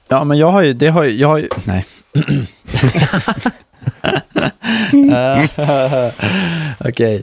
Ja, men jag har ju nej. Okej.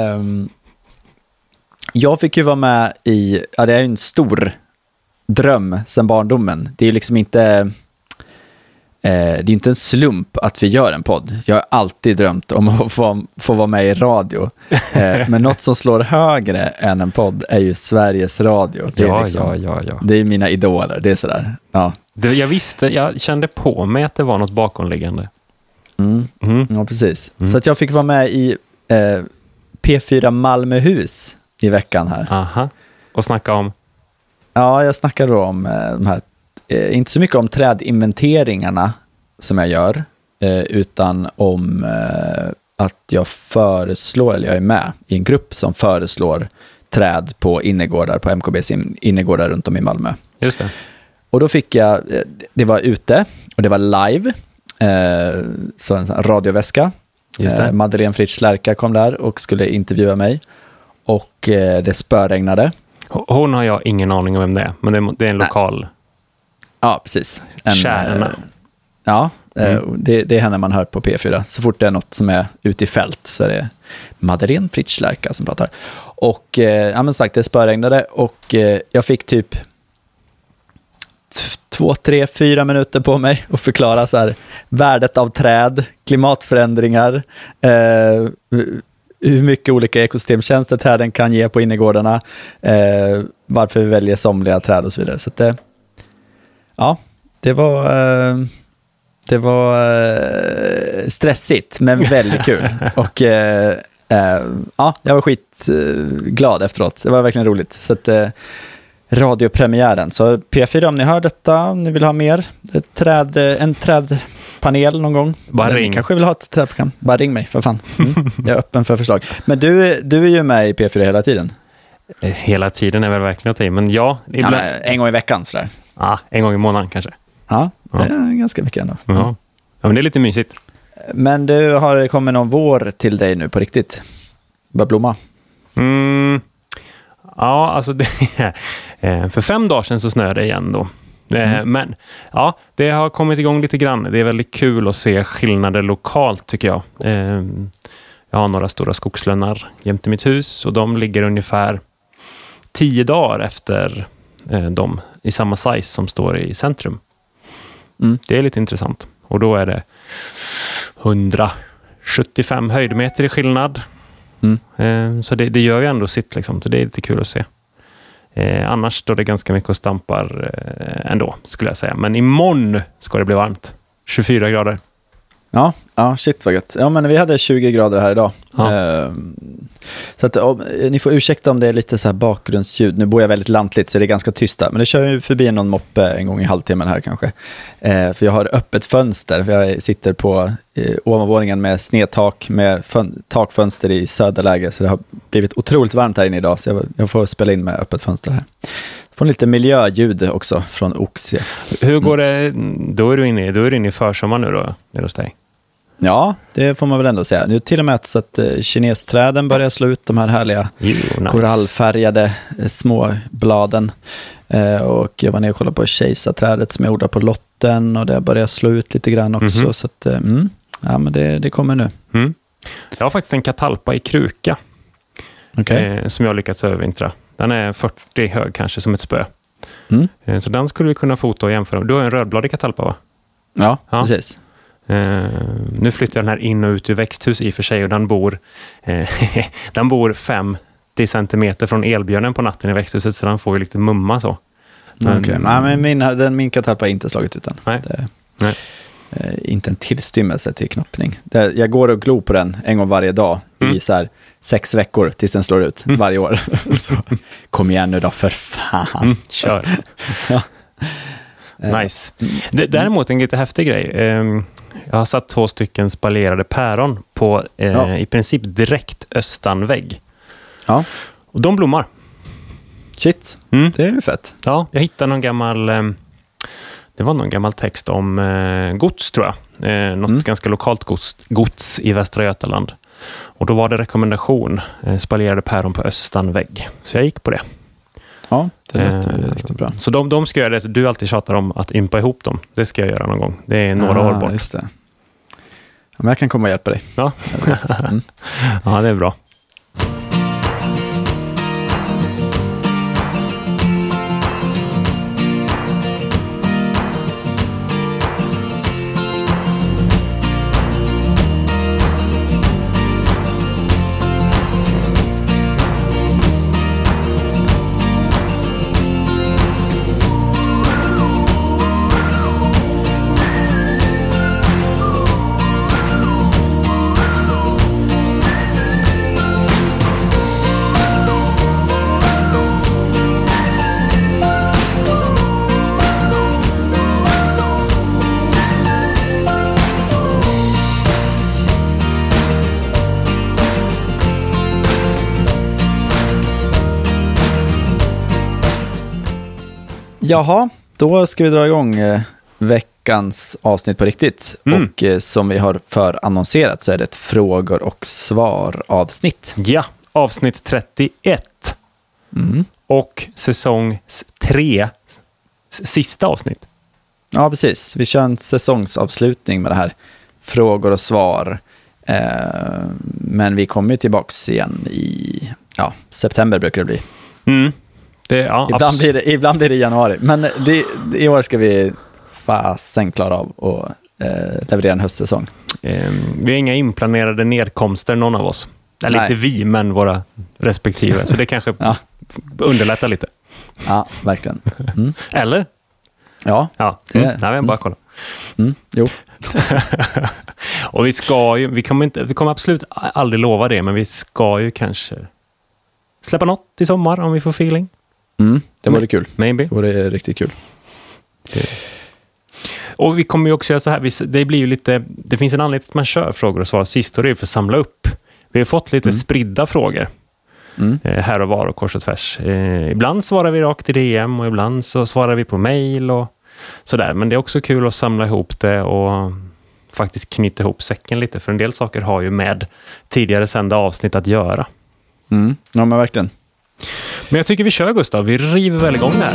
Jag fick ju vara med i, ja, det är ju en stor dröm sedan barndomen. Det är ju liksom inte det är inte en slump att vi gör en podd. Jag har alltid drömt om att få vara med i radio. Men något som slår högre än en podd är ju Sveriges Radio. Det är ja. Det är mina idoler, det är sådär. Ja. Jag kände på mig att det var något bakomliggande. Ja, precis. Så att jag fick vara med i P4 Malmöhus i veckan här. Aha. Och snacka om? Ja, jag snackar då om de här, inte så mycket om trädinventeringarna som jag gör, utan om att jag är med i en grupp som föreslår träd på innergårdar, på MKBs innergårdar runt om i Malmö. Just det. Och då fick jag, det var ute och det var live, så en sån radioväska. Just det. Madeleine Fritz Lärka kom där och skulle intervjua mig, och det spöregnade. Hon har jag ingen aning om vem det är, men det är en lokal. Ja, precis. Kärna. Ja, det är henne man hör på P4. Så fort det är något som är ute i fält så är det Madeleine Fritz Lärka som pratar. Och ja, men sagt, det spöregnade, och jag fick typ 2, 3, 4 minuter på mig att förklara så här, värdet av träd, klimatförändringar, hur mycket olika ekosystemtjänster träden kan ge på innergårdarna, varför vi väljer somliga träd och så vidare. Så att ja, det var stressigt men väldigt kul. Och ja, jag var skitglad efteråt. Det var verkligen roligt. Så att radiopremiären. Så P4, om ni hör detta, om ni vill ha mer en trädpanel någon gång. Bara ring. Ni kanske vill ha ett trädprogram. Bara ring mig, för fan. Jag är öppen för förslag. Men du är ju med i P4 hela tiden. Hela tiden är väl verkligen att ta i, men ja. Ibland... Ja, en gång i veckan sådär. Ja, en gång i månaden kanske. Ja, det är ganska mycket ändå. Ja, men det är lite mysigt. Men du har kommit någon vår till dig nu på riktigt? Börjar blomma? Ja, alltså för 5 dagar sedan så snöade det igen då. Men ja, det har kommit igång lite grann. Det är väldigt kul att se skillnader lokalt, tycker jag. Jag har några stora skogslönnar jämte mitt hus, och de ligger ungefär 10 dagar efter de i samma size som står i centrum. Det är lite intressant. Och då är det 175 höjdmeter i skillnad. Så det gör ju ändå sitt liksom. Så det är lite kul att se. Annars står det ganska mycket och stampar ändå, skulle jag säga. Men imorgon ska det bli varmt. 24 grader. Ja, shit vad gött. Ja, men vi hade 20 grader här idag. Ja. Så att ni får ursäkta om det är lite så här bakgrundsljud. Nu bor jag väldigt lantligt så det är ganska tysta. Men det kör ju förbi någon moppe en gång i halvtimmen här kanske. För jag har öppet fönster. För jag sitter på ovanvåningen med snedtak, med takfönster i söderläge. Så det har blivit otroligt varmt här inne idag. Så jag får spela in med öppet fönster här. Får lite miljöljud också från Oxie. Hur går det? Då är du inne i försommar nu då, nere hos dig? Ja, det får man väl ändå säga. Nu till och med så att kinesträden börjar slå ut de här härliga korallfärgade små bladen. Och jag var nere och kollade på kejsarträdet som jag odlar på lotten, och det börjar slå ut lite grann också. Så att, ja, men det kommer nu. Jag har faktiskt en katalpa i kruka som jag lyckats övervintra. Den är 40 hög kanske, som ett spö. Så den skulle vi kunna fota och jämföra. Du har en rödbladig katalpa, va? Ja, precis. Nu flyttar den här in och ut ur växthus i och för sig, och den bor 50 centimeter från elbjörnen på natten i växthuset, så den får ju lite mumma så. Men min katalpa är inte slagit utan. Nej. Inte en tillstymmelse till knoppning. Jag går och glor på den en gång varje dag i så här 6 veckor tills den slår ut varje år. Så kom igen nu då, för fan. Kör. Ja. Nice. Däremot en lite häftig grej. Jag har satt 2 stycken spalerade päron på i princip direkt östanvägg. Ja. Och de blommar. Shit, det är ju fett. Ja, jag hittade någon gammal text om gods, tror jag. Något ganska lokalt gods i Västra Götaland. Och då var det rekommendation, spalerade päron på östanvägg. Så jag gick på det. Ja, det låter riktigt bra. Så de ska göra det. Så du alltid tjatar om att impa ihop dem. Det ska jag göra någon gång. Det är några år bort. Just det. Ja, men jag kan komma och hjälpa dig. Ja, ja det är bra. Jaha, då ska vi dra igång veckans avsnitt på riktigt. Och som vi har förannonserat så är det ett frågor och svar avsnitt. Ja, avsnitt 31. Och säsong 3 sista avsnitt. Ja, precis. Vi kör en säsongsavslutning med det här. Frågor och svar. Men vi kommer ju tillbaks igen i september brukar det bli. Ibland blir det januari. Men i år ska vi fasen klara av och leverera en höstsäsong. Vi har inga inplanerade nedkomster, någon av oss. Eller inte vi, men våra respektive. Så det kanske underlättar lite. Ja, verkligen. Eller? Ja. Nej, vi bara kolla. Jo. Och vi kommer absolut aldrig lova det, men vi ska ju kanske släppa något i sommar om vi får feeling. Det vore kul. Maybe. Det vore riktigt kul. Och vi kommer ju också göra så här. Det blir ju lite. Det finns en anledning att man kör frågor och svar sist, och det är för att samla upp. Vi har fått lite spridda frågor. Här och var och kors och tvärs. Ibland svarar vi rakt i DM och ibland så svarar vi på mail och sådär. Men det är också kul att samla ihop det och faktiskt knyta ihop säcken lite. För en del saker har ju med tidigare sända avsnitt att göra. Ja, men verkligen. Men jag tycker vi kör, Gustav. Vi river väl igång det här.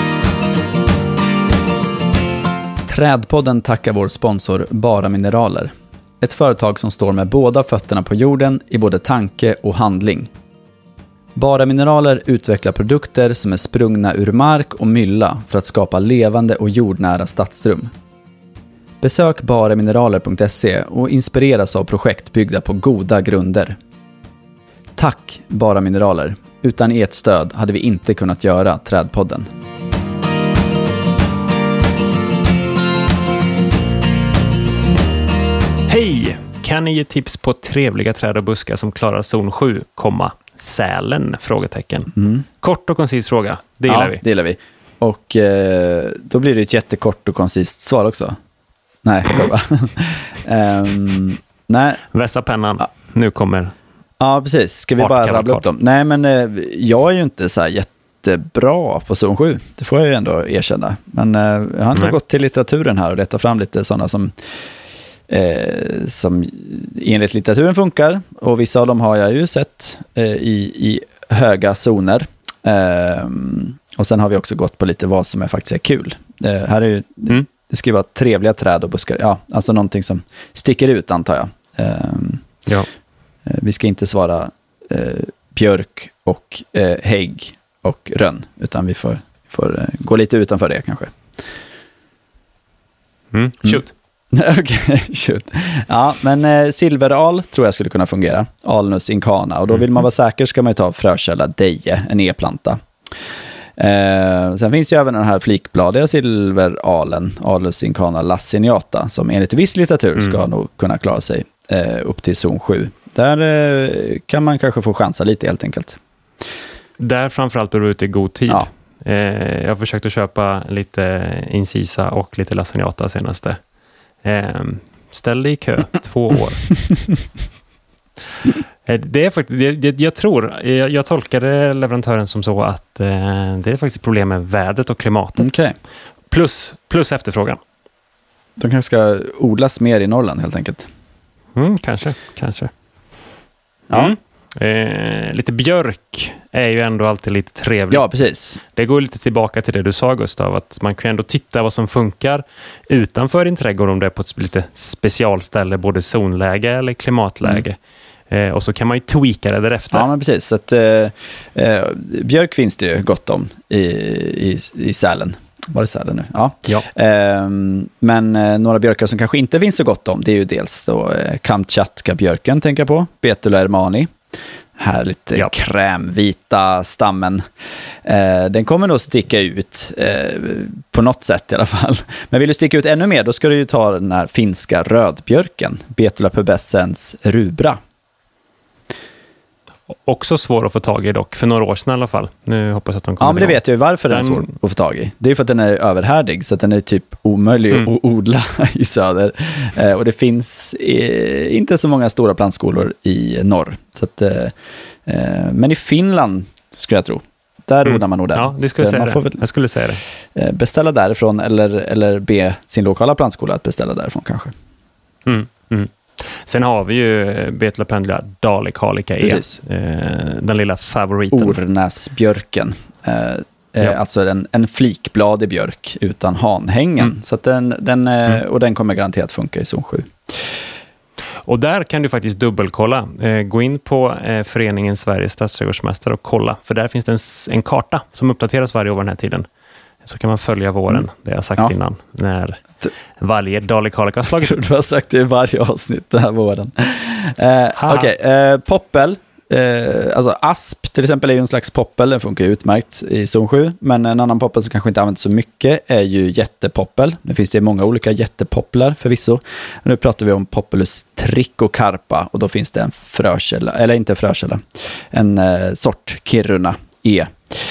Trädpodden tackar vår sponsor Bara Mineraler. Ett företag som står med båda fötterna på jorden i både tanke och handling. Bara Mineraler utvecklar produkter som är sprungna ur mark och mylla för att skapa levande och jordnära stadsrum. Besök baramineraler.se och inspireras av projekt byggda på goda grunder. Tack Bara Mineraler. Utan ert stöd hade vi inte kunnat göra Trädpodden. Hej! Kan ni ge tips på trevliga träd och buskar som klarar zon 7, Sälen? Frågetecken. Kort och koncis fråga. Det gillar vi. Det gillar vi. Och då blir det ett jättekort och koncist svar också. Nej, nej. Vässa pennan. Nu kommer. Ja, precis. Ska vi bara rabbla upp dem? Nej, men jag är ju inte så här jättebra på zon 7. Det får jag ju ändå erkänna. Men jag har ändå gått till litteraturen här och letat fram lite sådana som enligt litteraturen funkar. Och vissa av dem har jag ju sett i höga zoner. Och sen har vi också gått på lite vad som faktiskt är kul. Här är ju, det ska ju vara trevliga träd och buskar. Ja, alltså någonting som sticker ut, antar jag. Vi ska inte svara björk och hägg och rönn, utan vi får gå lite utanför det kanske. Shoot. Okej, shoot. Ja, men silveral tror jag skulle kunna fungera. Alnus incana. Och då vill man vara säker ska man ju ta frökälla deje, en e-planta. Sen finns ju även den här flikbladiga silveralen, Alnus incana laciniata, som enligt viss litteratur ska nog kunna klara sig upp till zon 7. Där kan man kanske få chansa lite helt enkelt. Där framförallt bör du ut i god tid. Ja. Jag har försökt att köpa lite incisa och lite laciniata senaste. Ställ dig i kö 2 år. Det är faktiskt, jag tolkade leverantören som så att det är faktiskt problem med vädret och klimatet. Okay. Plus efterfrågan. De kanske ska odlas mer i Norrland helt enkelt. Kanske. Ja. Lite björk är ju ändå alltid lite trevligt. Ja, precis. Det går lite tillbaka till det du sa, Gustav, att man kan ändå titta vad som funkar utanför din trädgård, om det är på ett lite specialställe, både zonläge eller klimatläge. Och så kan man ju tweaka det därefter. Ja, men precis. Så att, björk finns det ju gott om i Sälen. Var det Sälen nu? Ja. Men några björkar som kanske inte finns så gott om, det är ju dels då Kamchatka-björken, tänker jag på. Betula ermani. Härligt krämvita stammen. Den kommer nog sticka ut på något sätt i alla fall. Men vill du sticka ut ännu mer, då ska du ju ta den här finska rödbjörken. Betula pubescens rubra. Också svår att få tag i dock, för några år sedan i alla fall. Nu hoppas jag att de kommer. Ja, men det vet jag ju varför den är svår att få tag i. Det är för att den är överhärdig, så att den är typ omöjlig att odla i söder. Och det finns inte så många stora plantskolor i norr. Så att, men i Finland skulle jag tro. Där odlar man nog den. Ja, det skulle jag säga det. Jag skulle säga det. Beställa därifrån eller be sin lokala plantskola att beställa därifrån kanske. Sen har vi ju Betula pendula Dalekarlika den lilla favoriten. Ornäsbjörken. Alltså en flikbladig björk utan hanhängen. Så att och den kommer garanterat funka i zon 7. Och där kan du faktiskt dubbelkolla. Gå in på föreningen Sveriges Stadsträdgårdsmästare och kolla. För där finns det en karta som uppdateras varje år den här tiden. Så kan man följa våren, det jag har sagt innan. När varje Dalekarlika har slagit ut. Du har sagt det i varje avsnitt den här våren. Poppel. Alltså asp till exempel är ju en slags poppel. Den funkar ju utmärkt i zon 7. Men en annan poppel som kanske inte används så mycket är ju jättepoppel. Nu finns det många olika jättepopplar förvisso. Nu pratar vi om Populus trichocarpa. Och då finns det en frökälla, eller inte frökälla. En sort Kiruna E.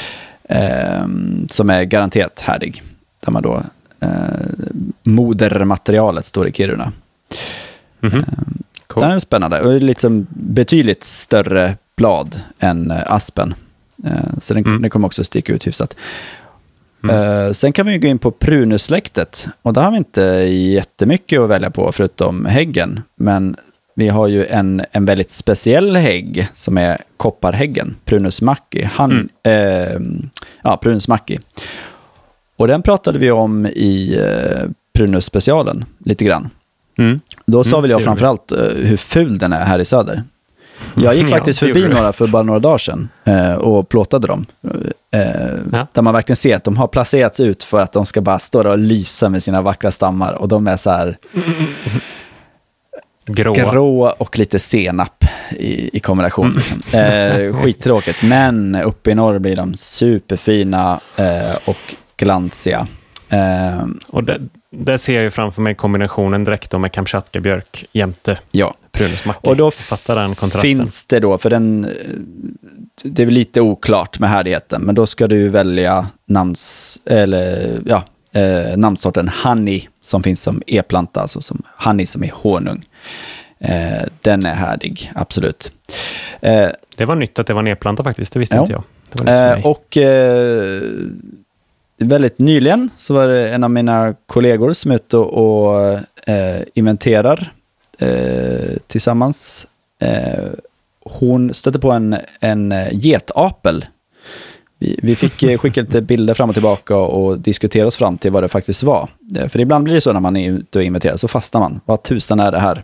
Som är garanterat härdig. Där man då modermaterialet står i Kiruna. Cool. Det är spännande. Och liksom betydligt större blad än aspen. Så den kommer också sticka ut hyfsat. Sen kan vi gå in på prunussläktet. Och där har vi inte jättemycket att välja på förutom häggen. Men vi har ju en väldigt speciell hägg som är kopparhäggen. Prunus macki. Prunus macki. Och den pratade vi om i Prunus-specialen lite grann. Då sa väl jag framförallt hur ful den är här i söder. Jag gick faktiskt förbi några för bara några dagar sedan och plåtade dem. Där man verkligen ser att de har placerats ut för att de ska bara stå där och lysa med sina vackra stammar. Och de är så här grå och lite senap i kombination. Liksom. Skittråkigt. Men uppe i norr blir de superfina och glansiga. Och där ser jag ju framför mig kombinationen direkt med Kamchatka-björk jämte prunusmacka. Och då den finns det då, för det är väl lite oklart med härdigheten, men då ska du välja namnsorten honey som finns som e-planta, alltså som honey som är honung. Den är härdig, absolut. Det var nytt att det var en e-planta faktiskt, det visste inte jag. Det var väldigt nyligen så var det en av mina kollegor som är ute och inventerar tillsammans. Hon stötte på en getapel. Vi fick skicka lite bilder fram och tillbaka och diskutera oss fram till vad det faktiskt var. För ibland blir det så när man är ute och inventerar, så fastnar man. Vad tusan är det här?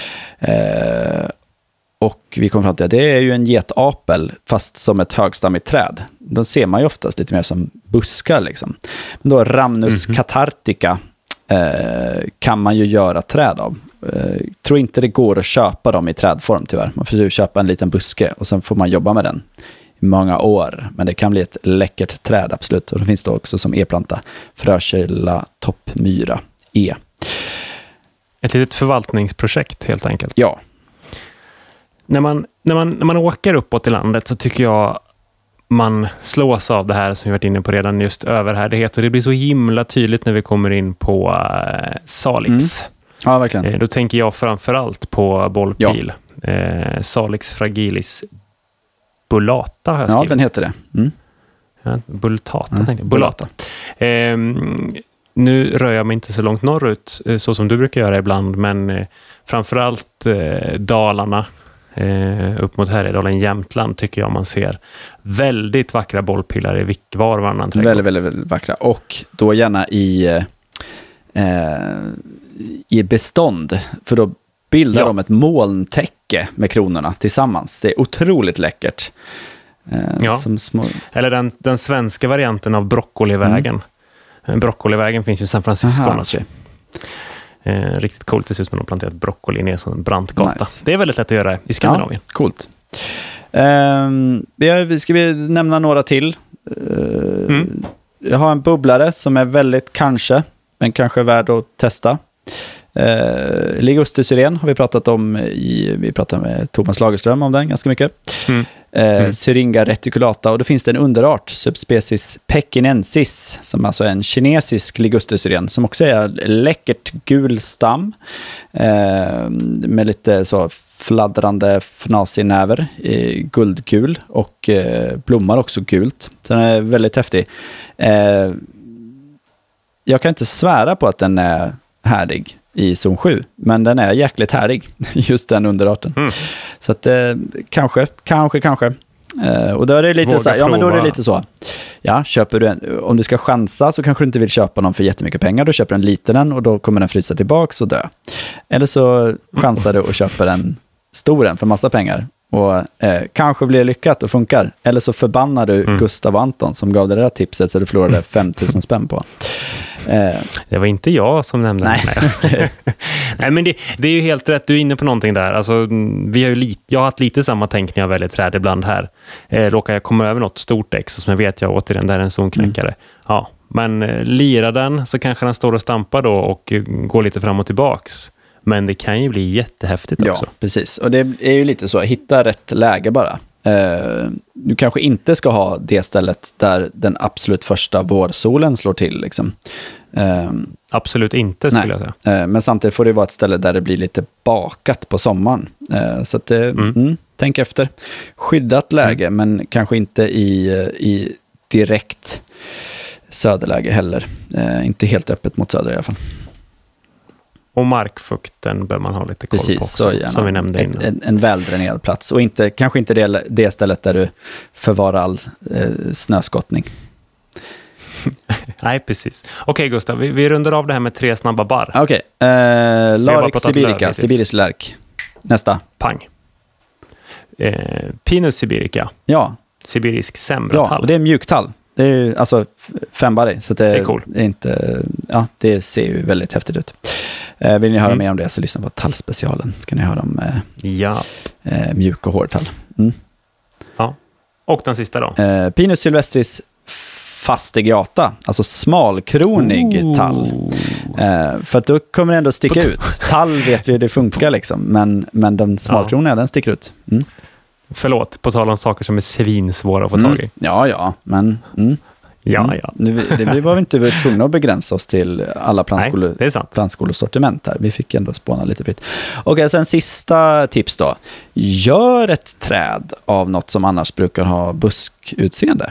Och vi kom fram till att det är ju en getapel fast som ett högstammigt träd. Då ser man ju oftast lite mer som buskar liksom. Men då Rhamnus catartica kan man ju göra träd av. Tror inte det går att köpa dem i trädform tyvärr. Man får ju köpa en liten buske och sen får man jobba med den i många år. Men det kan bli ett läckert träd absolut. Och det finns då också som e-planta frökälla toppmyra E. Ett litet förvaltningsprojekt helt enkelt. Ja. När man åker uppåt i landet så tycker jag man slås av det här som vi varit inne på redan, just överhärdighet. Och det blir så himla tydligt när vi kommer in på Salix. Ja, verkligen. Då tänker jag framförallt på bollpil. Salix fragilis bullata har jag skrivit. Ja, den heter det. Bultata tänkte jag. Bullata. Nu rör jag mig inte så långt norrut så som du brukar göra ibland, men framförallt Dalarna, upp mot Härjedalen, Jämtland, tycker jag man ser väldigt vackra bollpillar i var och varannan trädgård. Väldigt, väldigt, väldigt vackra. Och då gärna i bestånd, för då bildar de ett molntäcke med kronorna tillsammans. Det är otroligt läckert. Som små... Eller den svenska varianten av Broccolivägen. Broccolivägen finns ju i San Francisco. Aha, okay. Riktigt coolt, det ser ut som att de planterat broccoli ner som en brant gata. Nice. Det är väldigt lätt att göra i Skandinavien. Ja, coolt. Ska vi nämna några till? Jag har en bubblare som är väldigt men kanske värd att testa. Ligustersyren har vi pratat om vi pratade med Thomas Lagerström om den ganska mycket. Syringa reticulata, och då finns det en underart, subspecies pekinensis, som alltså är en kinesisk ligustersyren som också är läckert gul stam med lite så fladdrande fnasig näver, guldgul, och blommar också gult. Så den är väldigt häftig. Jag kan inte svära på att den är härdig i zon 7, men den är jäkligt härdig, just den underarten. Så att kanske. Och då är det lite så här, men då är det lite så. Ja, köper du om du ska chansa så kanske du inte vill köpa någon för jättemycket pengar, då köper du en liten och då kommer den frysa tillbaks och dö. Eller så chansar du och köper en stor för massa pengar. Och kanske blir det lyckat och funkar. Eller så förbannar du Gustav och Anton som gav det där tipset så du förlorade 5 000 spänn på. Det var inte jag som nämnde det. Nej, men det är ju helt rätt. Du är inne på någonting där. Alltså, jag har haft lite samma tänk när jag väljer träd ibland här. Råkar jag komma över något stort ex som jag vet jag återigen, där är en zonknäckare. Ja, men lirar den så kanske den står och stampar då och går lite fram och tillbaks. Men det kan ju bli jättehäftigt också. Ja, precis. Och det är ju lite så, hitta rätt läge bara. Du kanske inte ska ha det stället där den absolut första vårsolen slår till. Liksom. Absolut inte, skulle jag säga. Men samtidigt får det vara ett ställe där det blir lite bakat på sommaren. Så att, tänk efter. Skyddat läge, men kanske inte i direkt söderläge heller. Inte helt öppet mot söder i alla fall. Och markfukten bör man ha lite koll på också, som vi nämnde innan. En väldränerad plats. Och kanske inte det stället där du förvarar all snöskottning. Nej, precis. Okej, Gustav, vi rundar av det här med 3 snabba barr. Okej. Larix sibirica, sibirisk lärk. Nästa. Pang. Pinus sibirica. Ja. Sibirisk sämratall. Ja, och det är mjuktall. Det är ju alltså 5-barrig, så det är cool. Det ser ju väldigt häftigt ut. Vill ni höra mer om det så lyssna på tallspecialen. Kan ni höra om mjuk och hård tall. Ja. Och den sista då? Pinus sylvestris fastigiata, alltså smalkronig tall. För att då kommer det ändå sticka ut. Tall vet vi hur det funkar liksom, men den smalkroniga, den sticker ut. Förlåt, på tal om saker som är svinsvåra att få tag i. Ja, men... Vi var inte tvungna att begränsa oss till alla plantskolesortiment här. Vi fick ändå spåna lite fritt. Okej, sen sista tips då. Gör ett träd av något som annars brukar ha buskutseende.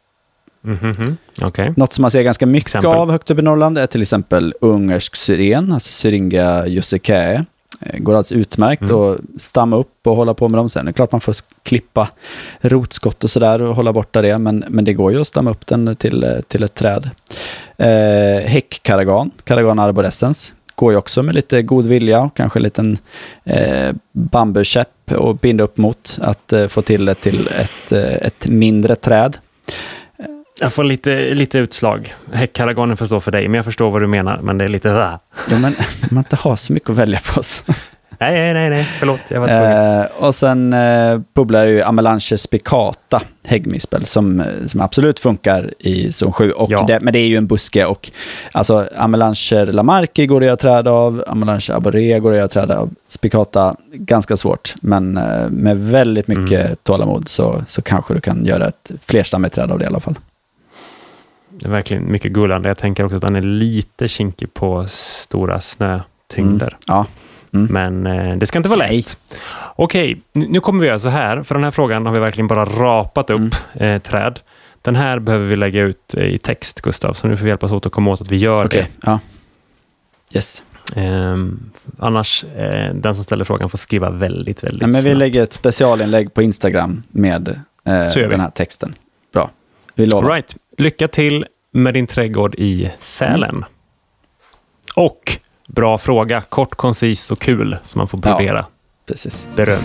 Okay. Något som man ser ganska mycket av högt upp i Norrland är till exempel ungersk syren, alltså Syringa jussicae. Går alltså utmärkt att stamma upp och hålla på med dem sen. Det är klart man får klippa rotskott och sådär och hålla borta det, men det går ju att stamma upp den till ett träd. Häckkaragan, Caragan arborescens, går ju också med lite god vilja och kanske en liten bambukäpp och binda upp mot att få till det till ett mindre träd. Jag får lite utslag. Häckkaragonen förstår för dig, men jag förstår vad du menar, men det är lite... Ja, men man inte har så mycket att välja på oss. Nej, förlåt. Jag var tvungen. Och sen bubblar ju Amelanche spicata, häggmispel, som absolut funkar i zon 7. Men det är ju en buske, och alltså Amelanche lamarki går det att träda av, Amelanche arborea går det att träda av, spicata ganska svårt, men med väldigt mycket tålamod så kanske du kan göra ett flerstammigt träd av det i alla fall. Det är verkligen mycket gullande. Jag tänker också att den är lite kinkig på stora snötyngder. Ja. Men det ska inte vara lätt. Okej, nu kommer vi göra så här. För den här frågan har vi verkligen bara rapat upp träd. Den här behöver vi lägga ut i text, Gustav. Så nu får vi hjälpas åt att komma åt att vi gör det. Ja. Yes. Annars, den som ställer frågan får skriva väldigt, väldigt men vi snabbt. lägger ett specialinlägg på Instagram med den här texten. Bra, vi lovar. Right. Lycka till med din trädgård i Sälen. Och bra fråga, kort, koncis och kul, så man får brodera. Precis. Beröm.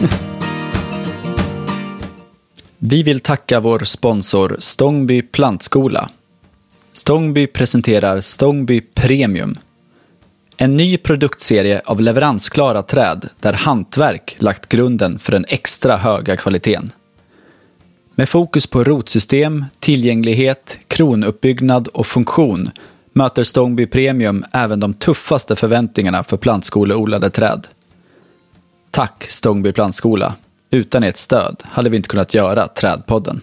Vi vill tacka vår sponsor Stångby Plantskola. Stångby presenterar Stångby Premium. En ny produktserie av leveransklara träd där hantverk lagt grunden för den extra höga kvaliteten. Med fokus på rotsystem, tillgänglighet, kronuppbyggnad och funktion möter Stångby Premium även de tuffaste förväntningarna för plantskoleodlade träd. Tack Stångby Plantskola. Utan ert stöd hade vi inte kunnat göra Trädpodden.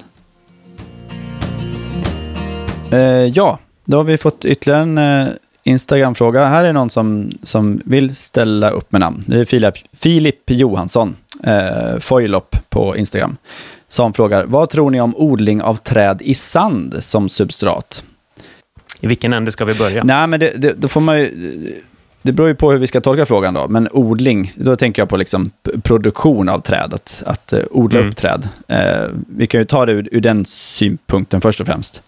Ja, då har vi fått ytterligare en Instagram-fråga. Här är någon som vill ställa upp med namn. Det är Filip Johansson, Foilop på Instagram, som frågar: vad tror ni om odling av träd i sand som substrat? I vilken ände ska vi börja? Nej, men då får man ju... Det beror ju på hur vi ska tolka frågan då. Men odling, då tänker jag på liksom produktion av träd. Att odla upp träd. Vi kan ju ta det ur den synpunkten först och främst.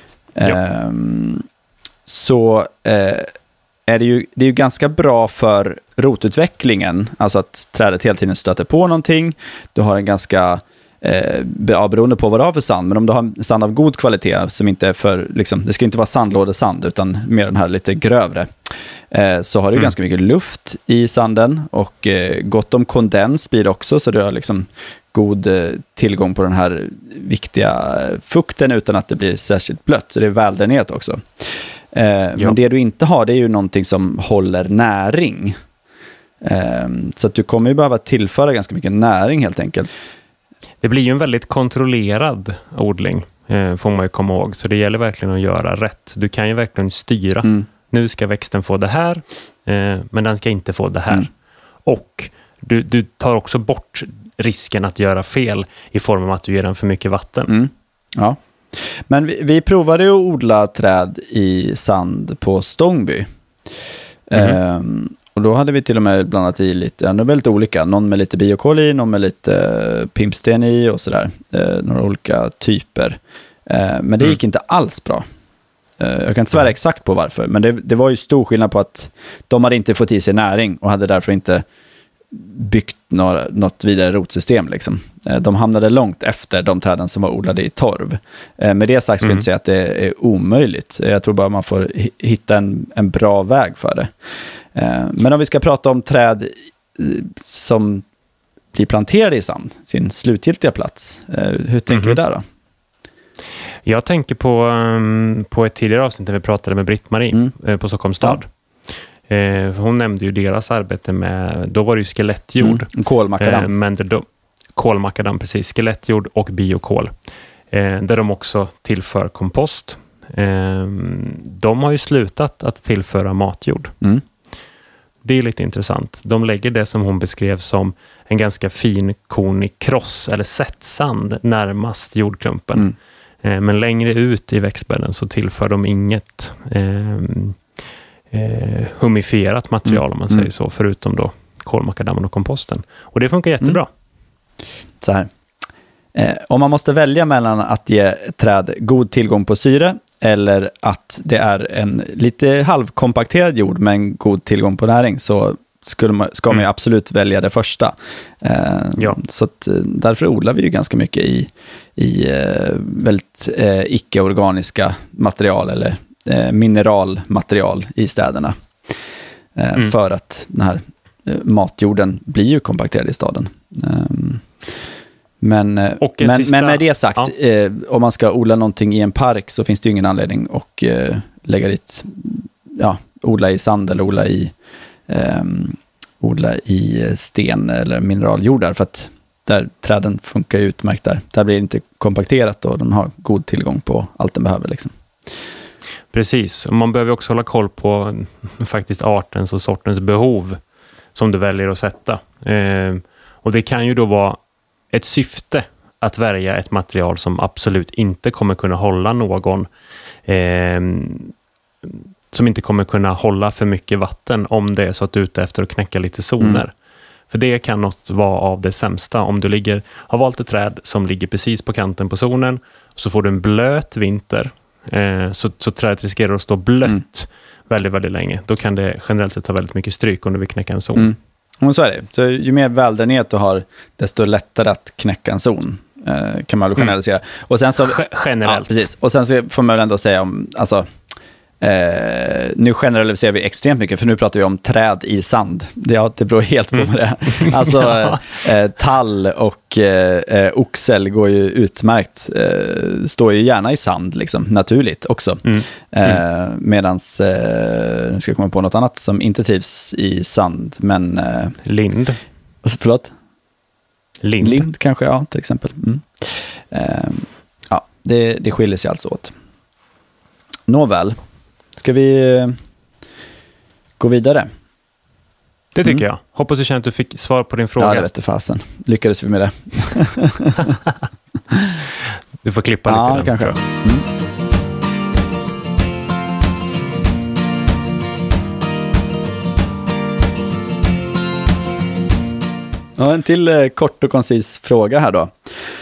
Så är det är ju ganska bra för rotutvecklingen. Alltså att trädet hela tiden stöter på någonting. Du har en ganska... beroende på vad du har för sand, men om du har en sand av god kvalitet som inte är för, liksom, det ska inte vara sandlådesand utan mer den här lite grövre, så har du ganska mycket luft i sanden och gott om kondens blir det också, så du har liksom god tillgång på den här viktiga fukten utan att det blir särskilt blött, så det är väldränerat också. Men det du inte har, det är ju någonting som håller näring, så att du kommer ju behöva tillföra ganska mycket näring helt enkelt. Det blir ju en väldigt kontrollerad odling, får man ju komma ihåg. Så det gäller verkligen att göra rätt. Du kan ju verkligen styra. Nu ska växten få det här, men den ska inte få det här. Och du tar också bort risken att göra fel i form av att du ger den för mycket vatten. Ja. Men vi provade ju att odla träd i sand på Stångby. Och då hade vi till och med blandat i lite, väldigt olika. Någon med lite biokol i, någon med lite pimpsten i och sådär. Några olika typer. Men det gick inte alls bra. Jag kan inte svära exakt på varför. Men det var ju stor skillnad på att de hade inte fått i sig näring och hade därför inte byggt något vidare rotsystem. Liksom. De hamnade långt efter de träden som var odlade i torv. Med det sagt skulle jag inte säga att det är omöjligt. Jag tror bara man får hitta en bra väg för det. Men om vi ska prata om träd som blir planterade i sand, sin slutgiltiga plats, hur tänker vi där då? Jag tänker på ett tidigare avsnitt där vi pratade med Britt-Marie på Stockholms stad. Hon nämnde ju deras arbete med, då var det ju skelettjord. Kolmakadam. Kolmakadam, precis. Skelettjord och biokol. Där de också tillför kompost. De har ju slutat att tillföra matjord. Det är lite intressant. De lägger det som hon beskrev som en ganska fin kornig kross eller sättsand närmast jordklumpen. Men längre ut i växtbädden så tillför de inget humifierat material om man säger så, förutom då kolmakadammen och komposten. Och det funkar jättebra. Så här. Om man måste välja mellan att ge träd god tillgång på syre eller att det är en lite halvkompakterad jord med en god tillgång på näring, så ska man ju absolut välja det första. Så att, därför odlar vi ju ganska mycket i väldigt icke-organiska material eller mineralmaterial i städerna. För att den här matjorden blir ju kompakterad i staden. Men med det sagt, om man ska odla någonting i en park så finns det ju ingen anledning att lägga dit, odla i sand eller odla i sten eller mineraljordar, för att där träden funkar utmärkt där. Där blir det inte kompakterat och de har god tillgång på allt den behöver liksom. Precis, och man behöver också hålla koll på faktiskt artens och sortens behov som du väljer att sätta. Och det kan ju då vara ett syfte att välja ett material som absolut inte kommer kunna hålla någon som inte kommer kunna hålla för mycket vatten om det är så att du är ute efter att knäcka lite zoner. För det kan något vara av det sämsta. Om du har valt ett träd som ligger precis på kanten på zonen, så får du en blöt vinter, så trädet riskerar att stå blött väldigt, väldigt länge. Då kan det generellt sett ta väldigt mycket stryk om du vill knäcka en zon. Och så är det. Så ju mer väldränerat du har, desto lättare att knäcka en zon. Kan man väl generalisera. Och sen så, generellt. Ja, precis. Och sen så får man väl ändå säga om, alltså, nu generaliserar vi extremt mycket, för nu pratar vi om träd i sand. Det beror helt på vad det är. Alltså tall och oxel går ju utmärkt. Står ju gärna i sand liksom, naturligt också. Medans, nu ska jag komma på något annat som inte trivs i sand, men... Lind. Alltså, förlåt? Lind kanske, ja, till exempel. Ja, det skiljer sig alltså åt. Nåväl. Ska vi gå vidare? Det tycker jag. Hoppas du känner att du fick svar på din fråga. Ja, det vet du fasen. Lyckades vi med det? Du får klippa lite. Ja, kanske. Ja, en till kort och koncis fråga här då.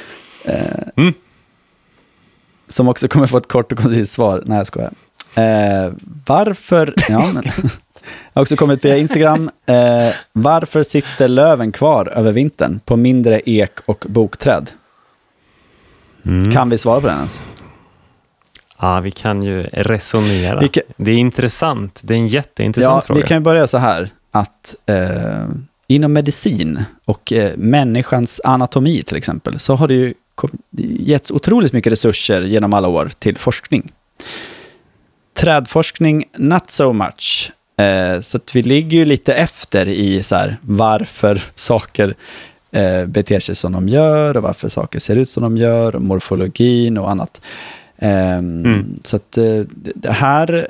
Som också kommer få ett kort och koncis svar. Nej, jag skojar. Varför... Ja, men, jag har också kommit via Instagram. Varför sitter löven kvar över vintern på mindre ek- och bokträd? Kan vi svara på den ens? Ja, vi kan ju resonera. Det är intressant. Det är en jätteintressant fråga. Vi kan ju börja så här. Att inom medicin och människans anatomi till exempel, så har det ju getts otroligt mycket resurser genom alla år till forskning. Trädforskning, not so much. Så att vi ligger ju lite efter i så här, varför saker beter sig som de gör och varför saker ser ut som de gör och morfologin och annat. Så att här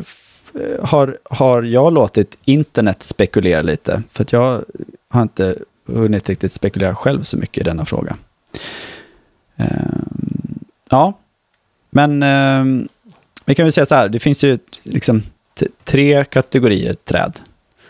har jag låtit internet spekulera lite, för att jag har inte hunnit riktigt spekulera själv så mycket i denna fråga. Ja, men vi kan väl säga så här, det finns ju liksom 3 kategorier träd.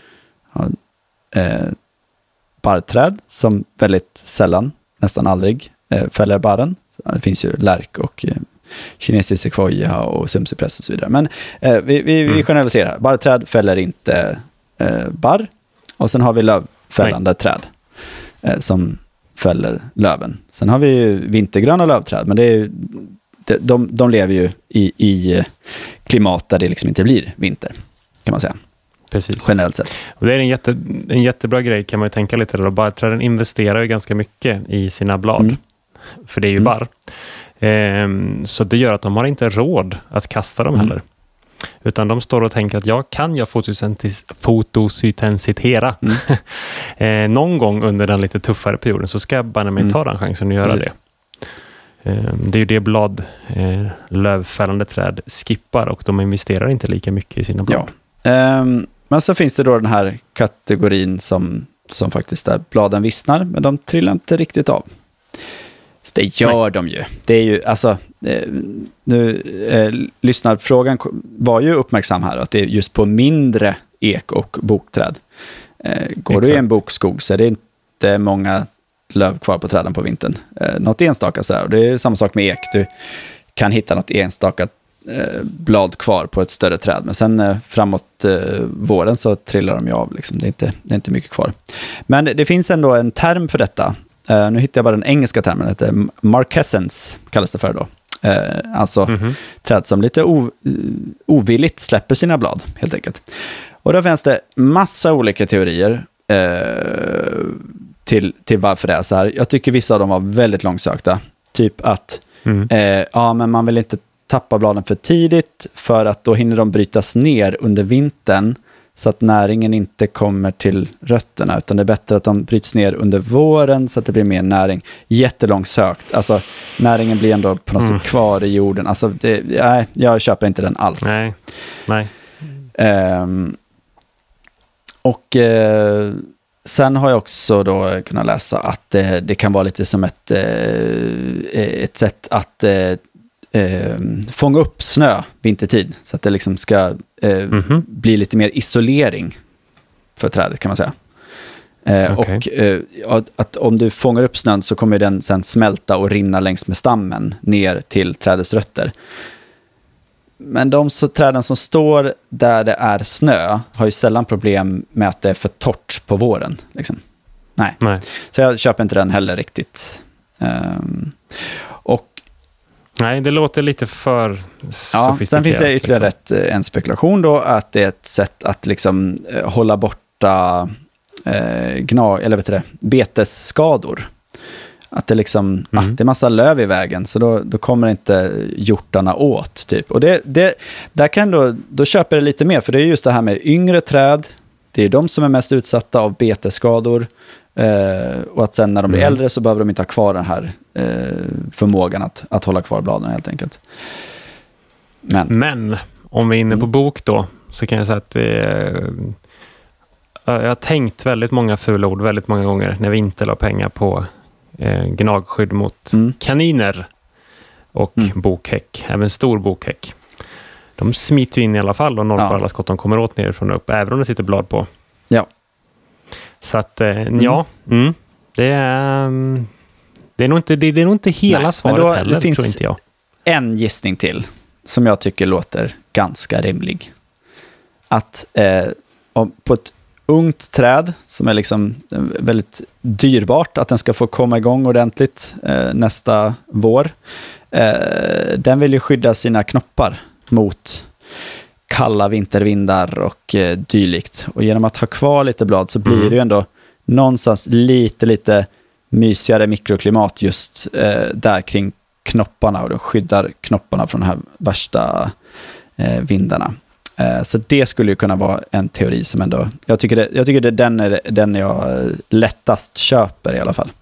Barrträd som väldigt sällan, nästan aldrig fäller barren. Det finns ju lärk och kinesisk sekvoja och sumcypress och så vidare. Men vi generaliserar. Barrträd fäller inte barr. Och sen har vi lövfällande träd som fäller löven. Sen har vi ju vintergröna lövträd, men det är ju, de lever ju i klimat där det liksom inte blir vinter, kan man säga. Precis. Generellt sett. Och det är en jättebra grej, kan man ju tänka lite där. Barrträden investerar ju ganska mycket i sina blad. För det är ju barr. Så det gör att de har inte råd att kasta dem heller. Utan de står och tänker att jag fotosyntesitera. Någon gång under den lite tuffare perioden så ska jag bara mig ta den chansen och göra det. Det är ju det lövfällande träd skippar, och de investerar inte lika mycket i sina blad. Ja. Men så finns det då den här kategorin som faktiskt där bladen vissnar, men de trillar inte riktigt av. Så det gör de ju. Det är ju, alltså, lyssnarfrågan var ju uppmärksam här, att det är just på mindre ek- och bokträd. Går du i en bokskog så är det inte många löv kvar på träden på vintern. Något enstaka sådär. Och det är samma sak med ek. Du kan hitta något enstaka blad kvar på ett större träd. Men sen framåt våren så trillar de ju av. Liksom. Det är inte mycket kvar. Men det finns ändå en term för detta. Nu hittar jag bara den engelska termen. Det heter marquescence, kallas det för då. Alltså träd som lite ovilligt släpper sina blad, helt enkelt. Och då finns det massa olika teorier till varför det är så här. Jag tycker vissa av dem var väldigt långsökta. Typ att men man vill inte tappa bladen för tidigt, för att då hinner de brytas ner under vintern så att näringen inte kommer till rötterna, utan det är bättre att de bryts ner under våren så att det blir mer näring. Jättelångsökt. Alltså näringen blir ändå på något sätt kvar i jorden. Alltså jag köper inte den alls. Nej. Sen har jag också då kunnat läsa att det kan vara lite som ett sätt att fånga upp snö vintertid så att det liksom ska bli lite mer isolering för trädet, kan man säga. Och att om du fångar upp snön så kommer den sen smälta och rinna längs med stammen ner till trädets rötter. Men de träden som står där det är snö har ju sällan problem med att det är för torrt på våren. Liksom. Nej. Så jag köper inte den heller riktigt. Nej, det låter lite för sofistikerat. Sen finns det ytterligare en spekulation då, att det är ett sätt att liksom hålla borta betesskador. Att det liksom, det är massa löv i vägen, så då kommer inte hjortarna åt typ. Och där kan då köper det lite mer, för det är just det här med yngre träd. Det är de som är mest utsatta av betesskador. Och att sen när de blir äldre så behöver de inte ha kvar den här förmågan att hålla kvar bladen helt enkelt. Men om vi är inne på bok då, så kan jag säga att jag har tänkt väldigt många fula ord väldigt många gånger när vi inte la pengar på gnagskydd mot kaniner och bokhäck, även stor bokhäck. De smiter in i alla fall och når på alla skott de kommer åt nerifrån och upp, även om det sitter blad på. Ja. Så att det är nog inte hela svaret heller, det finns tror inte jag. En gissning till som jag tycker låter ganska rimlig. Att på ett ungt träd som är liksom väldigt dyrbart, att den ska få komma igång ordentligt nästa vår. Den vill ju skydda sina knoppar mot kalla vintervindar och dylikt. Och genom att ha kvar lite blad så blir det ju ändå någonstans lite mysigare mikroklimat just där kring knopparna, och de skyddar knopparna från de här värsta vindarna. Så det skulle ju kunna vara en teori som ändå, jag tycker det är den jag lättast köper i alla fall.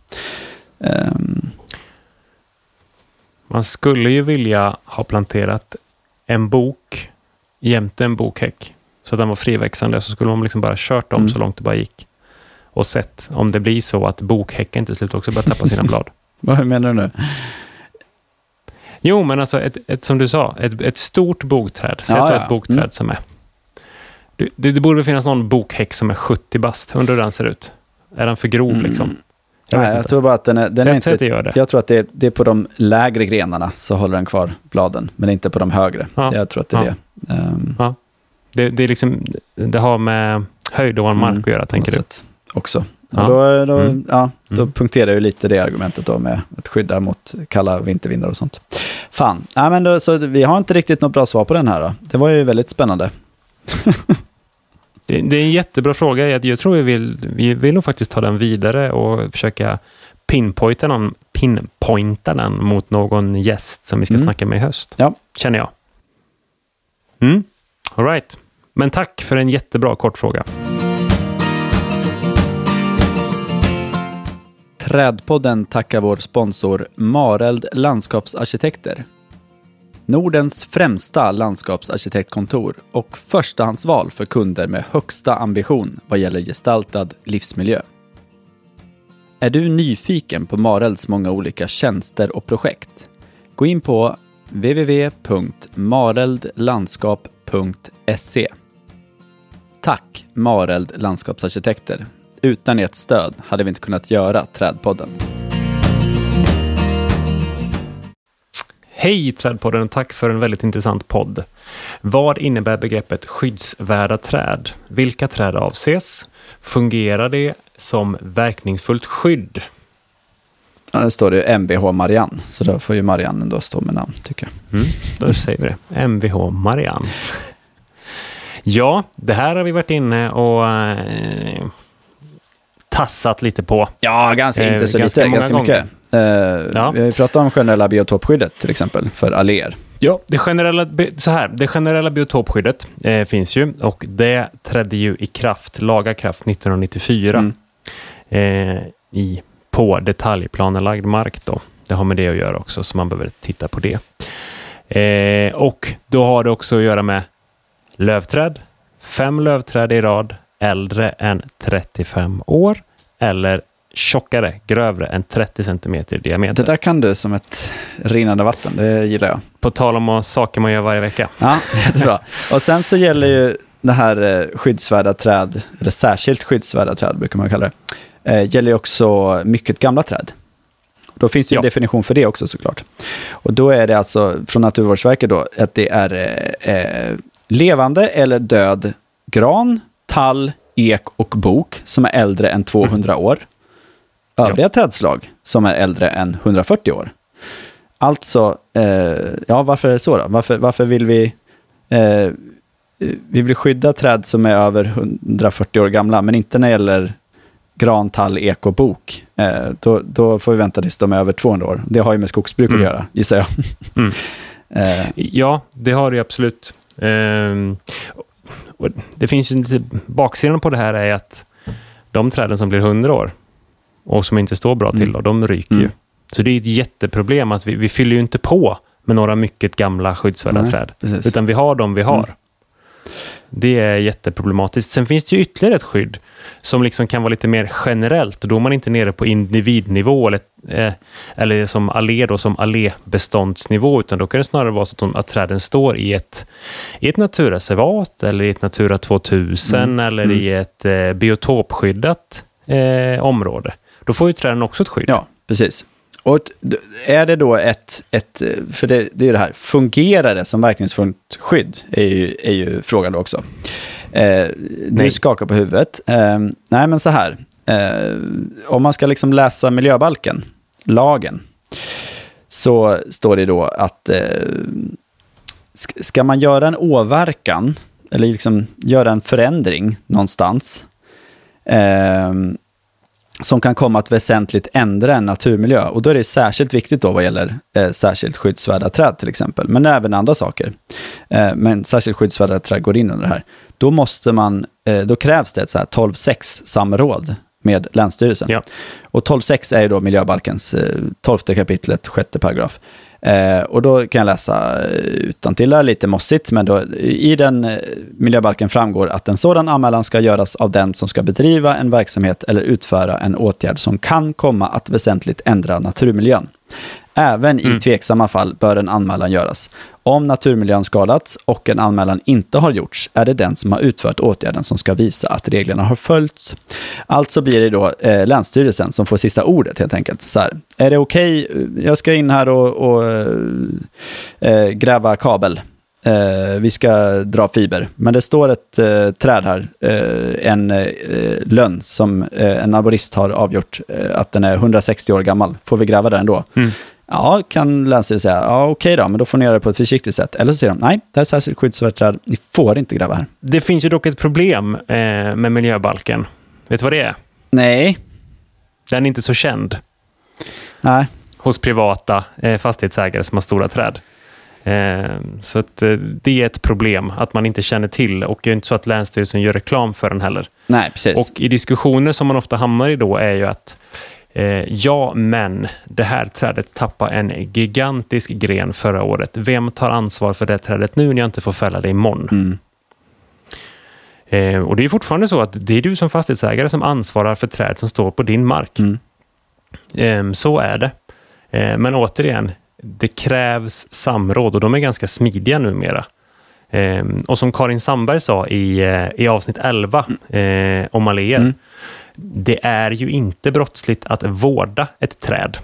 Man skulle ju vilja ha planterat en bok jämte en bokhäck så att den var friväxande, så skulle man liksom bara kört dem så långt det bara gick och sett om det blir så att bokhäcken till slut också börjar tappa sina blad. Vad menar du nu? Jo, men alltså ett som du sa, ett stort bokträd. Säg ett bokträd som är. Det borde finnas någon bokhäck som är 70 bast. Undrar hur den ser ut. Är den för grov liksom? Jag tror bara att den är inte... Att det gör det. Jag tror att det är på de lägre grenarna så håller den kvar bladen, men inte på de högre. Ja. Jag tror att det är det. Det är liksom, det har med höjd och mark att göra, tänker du? Också. Då punkterar ju lite det argumentet då med att skydda mot kalla vintervindar och sånt. Fan. Ja, men så vi har inte riktigt något bra svar på den här då. Det var ju väldigt spännande. Det är en jättebra fråga. Jag tror vi vill nog faktiskt ta den vidare och försöka pinpointa den mot någon gäst som vi ska snacka med i höst. Ja. Känner jag. All right. Men tack för en jättebra kort fråga. Trädpodden tackar vår sponsor Mareld Landskapsarkitekter. Nordens främsta landskapsarkitektkontor och förstahandsval för kunder med högsta ambition vad gäller gestaltad livsmiljö. Är du nyfiken på Marelds många olika tjänster och projekt? Gå in på www.mareldlandskap.se. Tack Mareld Landskapsarkitekter. Utan ert stöd hade vi inte kunnat göra Trädpodden. Hej Trädpodden och tack för en väldigt intressant podd. Vad innebär begreppet skyddsvärda träd? Vilka träd avses? Fungerar det som verkningsfullt skydd? Ja, det står det MVH Marianne, så då får ju Marianne ändå stå med namn, tycker jag. Då säger vi det. MVH Marianne. Ja, det här har vi varit inne och tassat lite på. Ja, ganska mycket. Vi har ju pratat om generella biotopskyddet till exempel för alléer. Ja, det generella biotopskyddet finns ju, och det trädde ju i kraft, laga kraft 1994 på detaljplanelagd mark då. Det har med det att göra också, så man behöver titta på det. Och då har det också att göra med lövträd, 5 lövträd i rad äldre än 35 år eller tjockare, grövre än 30 centimeter i diameter. Det där kan du som ett rinnande vatten, det gillar jag. På tal om saker man gör varje vecka. Ja, jättebra. Och sen så gäller ju det här skyddsvärda träd, eller särskilt skyddsvärda träd brukar man kalla det, gäller ju också mycket gamla träd. Då finns det ju en definition för det också såklart. Och då är det alltså från Naturvårdsverket då att det är levande eller död gran, tall, ek och bok som är äldre än 200 år. Övriga trädslag som är äldre än 140 år. Alltså, varför är det så då? Varför vill vi vill skydda träd som är över 140 år gamla, men inte när det gäller gran, tall, ek och bok. Då får vi vänta tills de är över 200 år. Det har ju med skogsbruk att göra, gissar jag. Ja, det har det absolut. Och det finns ju lite baksidan på det här är att de träden som blir 100 år och som inte står bra till, de ryker ju. Så det är ett jätteproblem att vi fyller ju inte på med några mycket gamla skyddsvärda träd. Precis. Utan vi har dem vi har. Det är jätteproblematiskt. Sen finns det ju ytterligare ett skydd som liksom kan vara lite mer generellt. Då är man inte nere på individnivå eller som allébeståndsnivå, utan då kan det snarare vara så att träden står i ett naturreservat eller i ett Natura 2000 eller i ett biotopskyddat område. Då får ju träden också ett skydd. Ja, precis. Och är det då för det är ju det här, fungerar det som verkningsfullt skydd är ju frågan då också. Du skakar på huvudet. Nej, men så här. Om man ska liksom läsa miljöbalken, lagen, så står det då att ska man göra en åverkan eller liksom göra en förändring någonstans som kan komma att väsentligt ändra en naturmiljö. Och då är det särskilt viktigt då vad gäller särskilt skyddsvärda träd till exempel. Men även andra saker. Men särskilt skyddsvärda träd går in under det här. Då krävs det ett så här 12.6 samråd med Länsstyrelsen. Ja. Och 12.6 är ju då miljöbalkens 12 kapitlet, 6:e paragraf. Och då kan jag läsa utantill där, lite mossigt, men då, i den miljöbalken framgår att en sådan anmälan ska göras av den som ska bedriva en verksamhet eller utföra en åtgärd som kan komma att väsentligt ändra naturmiljön. Även i tveksamma fall bör en anmälan göras. Om naturmiljön skadats och en anmälan inte har gjorts är det den som har utfört åtgärden som ska visa att reglerna har följts. Alltså blir det då Länsstyrelsen som får sista ordet helt enkelt. Så här, är det okej? Jag ska in här och gräva kabel. Vi ska dra fiber. Men det står ett träd här, en lönn som en arborist har avgjort att den är 160 år gammal. Får vi gräva den då? Ja, kan Länsstyrelsen säga, ja okej då, men då får ni göra det på ett försiktigt sätt. Eller så säger de, nej, det är särskilt skyddsvärt träd, ni får inte gräva här. Det finns ju dock ett problem med miljöbalken. Vet du vad det är? Nej. Den är inte så känd. Nej. Hos privata fastighetsägare som har stora träd. Så att det är ett problem att man inte känner till, och det är inte så att Länsstyrelsen gör reklam för den heller. Nej, precis. Och i diskussioner som man ofta hamnar i då är ju att ja, men det här trädet tappar en gigantisk gren förra året. Vem tar ansvar för det trädet nu när jag inte får fälla det imorgon? Och det är fortfarande så att det är du som fastighetsägare som ansvarar för träd som står på din mark. Så är det. Men återigen, det krävs samråd och de är ganska smidiga numera. Och som Karin Sandberg sa i avsnitt 11 om alléer, det är ju inte brottsligt att vårda ett träd.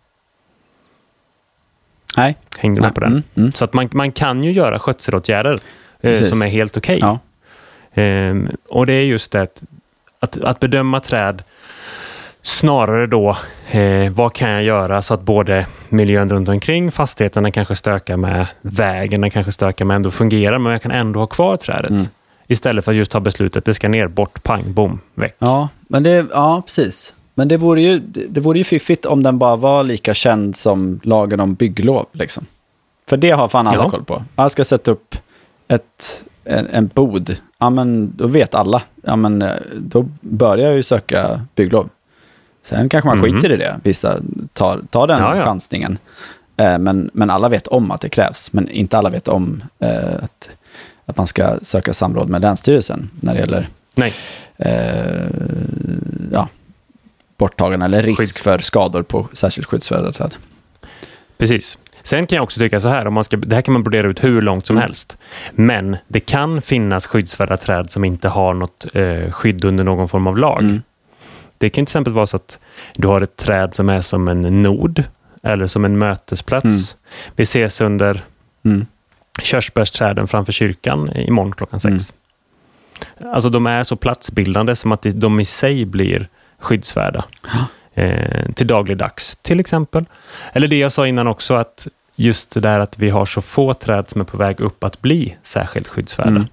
Nej. Hängde du med på den? Så att man kan ju göra skötselåtgärder som är helt okej. Ja. Och det är just det att bedöma träd snarare då, vad kan jag göra så att både miljön runt omkring, fastigheterna kanske stökar med, vägen kanske stökar med, ändå fungerar, men jag kan ändå ha kvar trädet. Istället för att just ta beslutet, det ska ner, bort, pang, bom, väck. Ja, men precis. Men det vore ju fiffigt om den bara var lika känd som lagen om bygglov, liksom. För det har fan alla koll på. Jag ska sätta upp en bod. Ja, men då vet alla. Ja, men då börjar jag ju söka bygglov. Sen kanske man skiter i det. Vissa tar den chansningen. Men alla vet om att det krävs. Men inte alla vet om att man ska söka samråd med Länsstyrelsen när det gäller borttagande eller risk för skador på särskilt skyddsvärda träd. Precis. Sen kan jag också tycka så här, det här kan man brodera ut hur långt som helst. Men det kan finnas skyddsvärda träd som inte har något skydd under någon form av lag. Det kan till exempel vara så att du har ett träd som är som en nod eller som en mötesplats. Vi ses under körsbärsträden framför kyrkan imorgon klockan 6. Alltså de är så platsbildande som att de i sig blir skyddsvärda. Till dagligdags till exempel. Eller det jag sa innan också, att just det där att vi har så få träd som är på väg upp att bli särskilt skyddsvärda.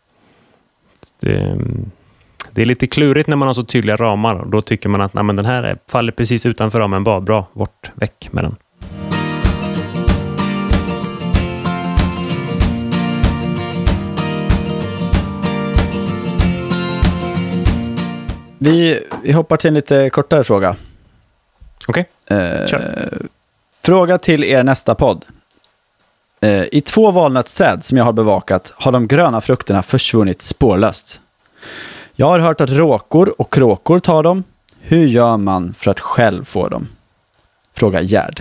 Det är lite klurigt när man har så tydliga ramar, och då tycker man att nej, men den här faller precis utanför ramen, bara bra, väck med den. Vi hoppar till en lite kortare fråga. Okej, kör. Fråga till er nästa podd. I 2 valnötsträd som jag har bevakat har de gröna frukterna försvunnit spårlöst. Jag har hört att råkor och kråkor tar dem. Hur gör man för att själv få dem? Fråga Gerd.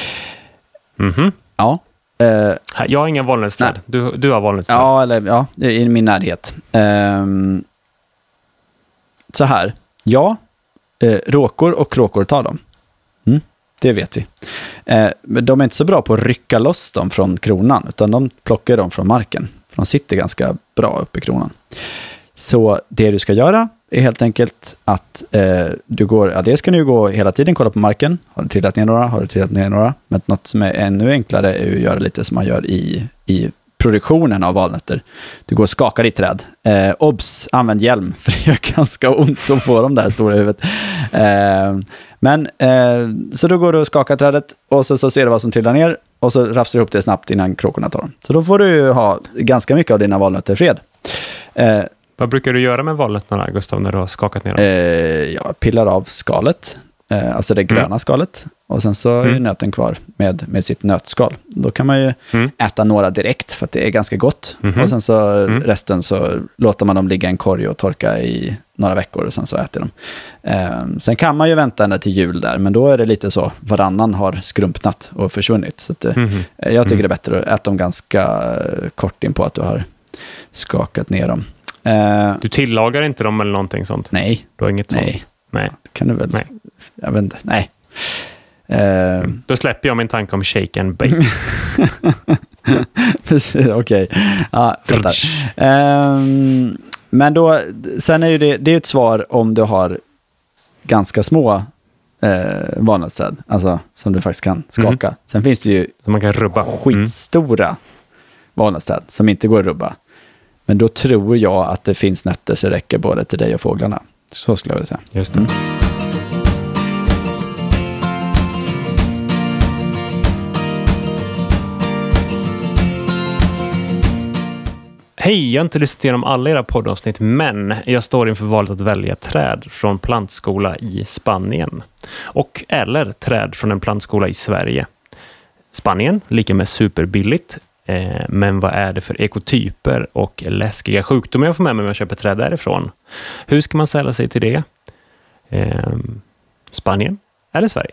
Ja. Jag har inga valnötsträd. Du har valnötsträd. Ja, i min närhet. Så här. Ja, råkor och kråkor tar dem. Det vet vi. Men de är inte så bra på att rycka loss dem från kronan, utan de plockar dem från marken. De sitter ganska bra uppe i kronan. Så det du ska göra är helt enkelt att du går, det ska nu gå hela tiden, kolla på marken. Har du trillat ner några? Har du trillat ner några? Men något som är ännu enklare är att göra lite som man gör i produktionen av valnötter. Du går och skakar i träd. Obs, använd hjälm, för det gör ganska ont att få de där stora huvudet. Så då går du och skakar trädet och så ser du vad som trillar ner och så rafsar du ihop det snabbt innan kråkorna tar dem. Så då får du ha ganska mycket av dina valnötter i fred. Vad brukar du göra med valnötterna, Gustav, när du har skakat ner dem? Jag pillar av skalet, alltså det gröna skalet, och sen så är nöten kvar med sitt nötskal. Då kan man ju äta några direkt för att det är ganska gott. Och sen så resten så låter man dem ligga i en korg och torka i några veckor och sen så äter de. Sen kan man ju vänta ända till jul där, men då är det lite så, varannan har skrumpnat och försvunnit. Så att, jag tycker det är bättre att äta dem ganska kort in på att du har skakat ner dem. Du tillagar inte dem eller någonting sånt? Nej. Du har inget sånt? Nej. Kan du väl? Nej. Jag vet inte. Nej. Då släpper jag min tanke om shake and bake. Precis, okej. Ja, men då, sen är ju det är ett svar om du har ganska små valnötsträd, alltså som du faktiskt kan skaka. Sen finns det ju som man kan rubba. Skitstora valnötsträd som inte går att rubba. Men då tror jag att det finns nötter så räcker både till dig och fåglarna. Så skulle jag vilja säga. Just det. Hej, jag har inte lyssnat igenom alla era poddavsnitt, men jag står inför valet att välja träd från plantskola i Spanien. Eller träd från en plantskola i Sverige. Spanien, lika med superbilligt. Men vad är det för ekotyper och läskiga sjukdomar jag får med mig om jag köper träd därifrån? Hur ska man ställa sig till det? Spanien eller Sverige?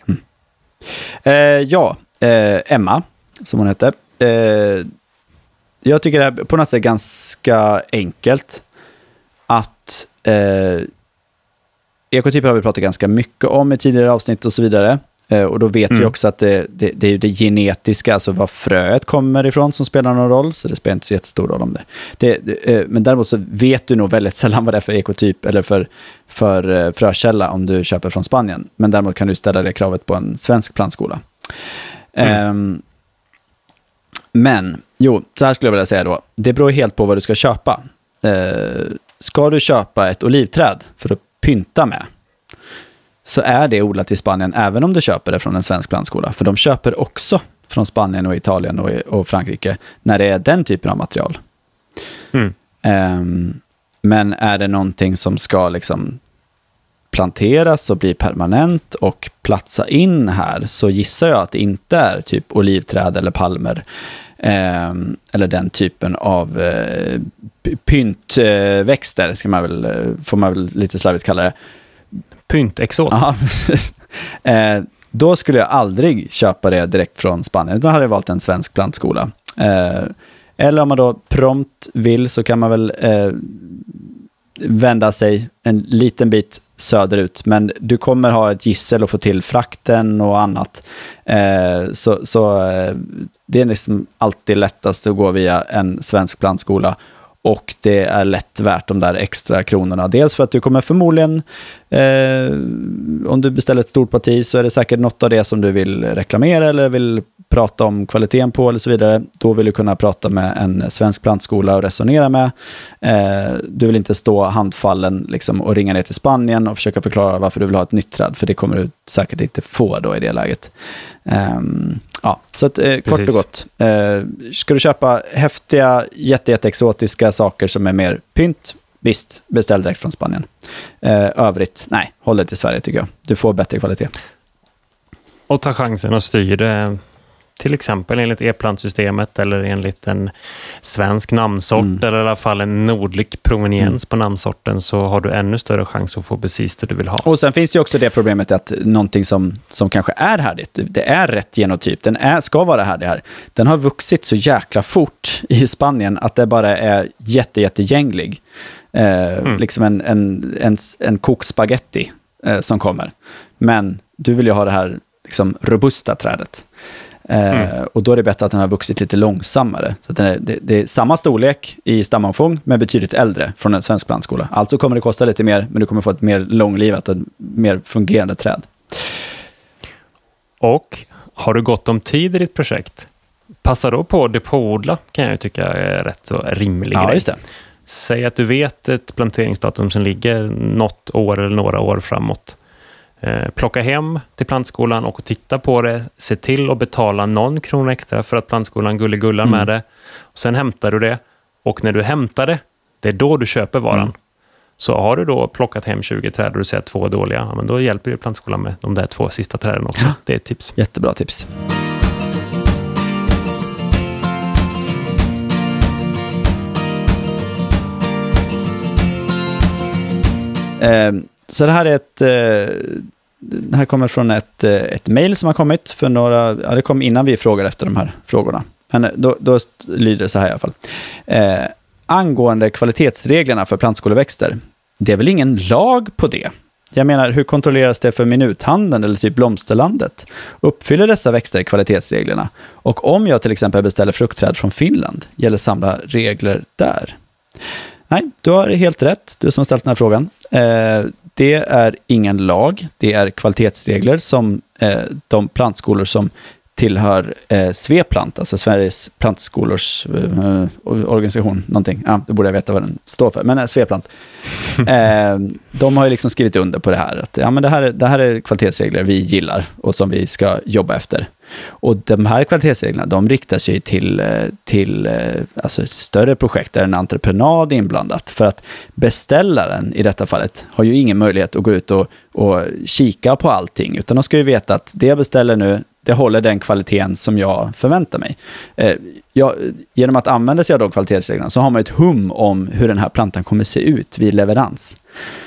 Emma, som hon heter. Jag tycker det är på något sätt ganska enkelt att ekotyper har vi pratat ganska mycket om i tidigare avsnitt och så vidare. Och då vet vi också att det är ju det genetiska, alltså vad fröet kommer ifrån, som spelar någon roll, så det spelar inte så jättestor roll om det. Men däremot så vet du nog väldigt sällan vad det är för ekotyp eller för frökälla om du köper från Spanien. Men däremot kan du ställa det kravet på en svensk plantskola. Men, så här skulle jag vilja säga då. Det beror helt på vad du ska köpa. Ska du köpa ett olivträd för att pynta med, så är det odlat i Spanien även om du köper det från en svensk plantskola. För de köper också från Spanien och Italien och Frankrike när det är den typen av material. Men är det någonting som ska liksom planteras och bli permanent och platsa in här, så gissar jag att det inte är typ olivträd eller palmer eller den typen av pyntväxter får man väl lite slarvigt kalla det. Pyntexot. Ja, precis. Då skulle jag aldrig köpa det direkt från Spanien. Då hade jag valt en svensk plantskola. Eller om man då prompt vill så kan man väl vända sig en liten bit söderut. Men du kommer ha ett gissel och få till frakten och annat. Så det är liksom alltid lättast att gå via en svensk plantskola. Och det är lätt värt de där extra kronorna. Dels för att du kommer förmodligen, om du beställer ett stort parti så är det säkert något av det som du vill reklamera eller vill prata om kvaliteten på eller så vidare. Då vill du kunna prata med en svensk plantskola och resonera med. Du vill inte stå handfallen liksom, och ringa ner till Spanien och försöka förklara varför du vill ha ett nytt träd. För det kommer du säkert inte få då i det läget. Ja, så att, kort och gott. Ska du köpa häftiga, jätteexotiska saker som är mer pynt? Visst, beställ direkt från Spanien. Övrigt, nej, håll det till Sverige tycker jag. Du får bättre kvalitet. Och ta chansen och styr det till exempel enligt e-plantsystemet eller enligt en svensk namnsort eller i alla fall en nordlig proveniens på namnsorten, så har du ännu större chans att få precis det du vill ha. Och sen finns det ju också det problemet att någonting som kanske är härdigt, det är rätt genotyp, ska vara härdig här. Den har vuxit så jäkla fort i Spanien att det bara är jättegänglig. Liksom en kokspaghetti som kommer. Men du vill ju ha det här liksom robusta trädet. Och då är det bättre att den har vuxit lite långsammare. Så att det är samma storlek i stamomfång men betydligt äldre från en svensk plantskola. Alltså kommer det kosta lite mer, men du kommer få ett mer långlivat och mer fungerande träd. Och har du gott om tid i ditt projekt, passa då på att depodla, kan jag tycka är rätt så rimlig grej. Just det. Säg att du vet ett planteringsdatum som ligger något år eller några år framåt. Plocka hem till plantskolan och titta på det. Se till att betala någon krona extra för att plantskolan gullar med det. Och sen hämtar du det. Och när du hämtar det är då du köper varan. Så har du då plockat hem 20 träd och du säger att 2 är dåliga, ja, men då hjälper ju plantskolan med de där 2 sista träden också. Ja. Det är ett tips. Jättebra tips. Så det här är det här kommer från ett mejl som har kommit för det kom innan vi frågade efter de här frågorna. Men då lyder det så här i alla fall. Angående kvalitetsreglerna för plantskoleväxter. Det är väl ingen lag på det? Jag menar, hur kontrolleras det för minuthandeln eller typ Blomsterlandet? Uppfyller dessa växter kvalitetsreglerna? Och om jag till exempel beställer fruktträd från Finland, gäller samma regler där? Nej, du har helt rätt, du som har ställt den här frågan. Det är ingen lag, det är kvalitetsregler som de plantskolor som tillhör Sveplant, alltså Sveriges plantskolors organisation, någonting. Ja, det borde jag veta vad den står för, men Sveplant. De har ju liksom skrivit under på det här. Att, ja, men det här är kvalitetsregler vi gillar och som vi ska jobba efter. Och de här kvalitetsreglerna, de riktar sig till alltså större projekt där en entreprenad är inblandat. För att beställaren i detta fallet har ju ingen möjlighet att gå ut och kika på allting. Utan de ska ju veta att det jag beställer nu, det håller den kvaliteten som jag förväntar mig. Genom att använda sig av de kvalitetsreglerna så har man ett hum om hur den här plantan kommer se ut vid leverans.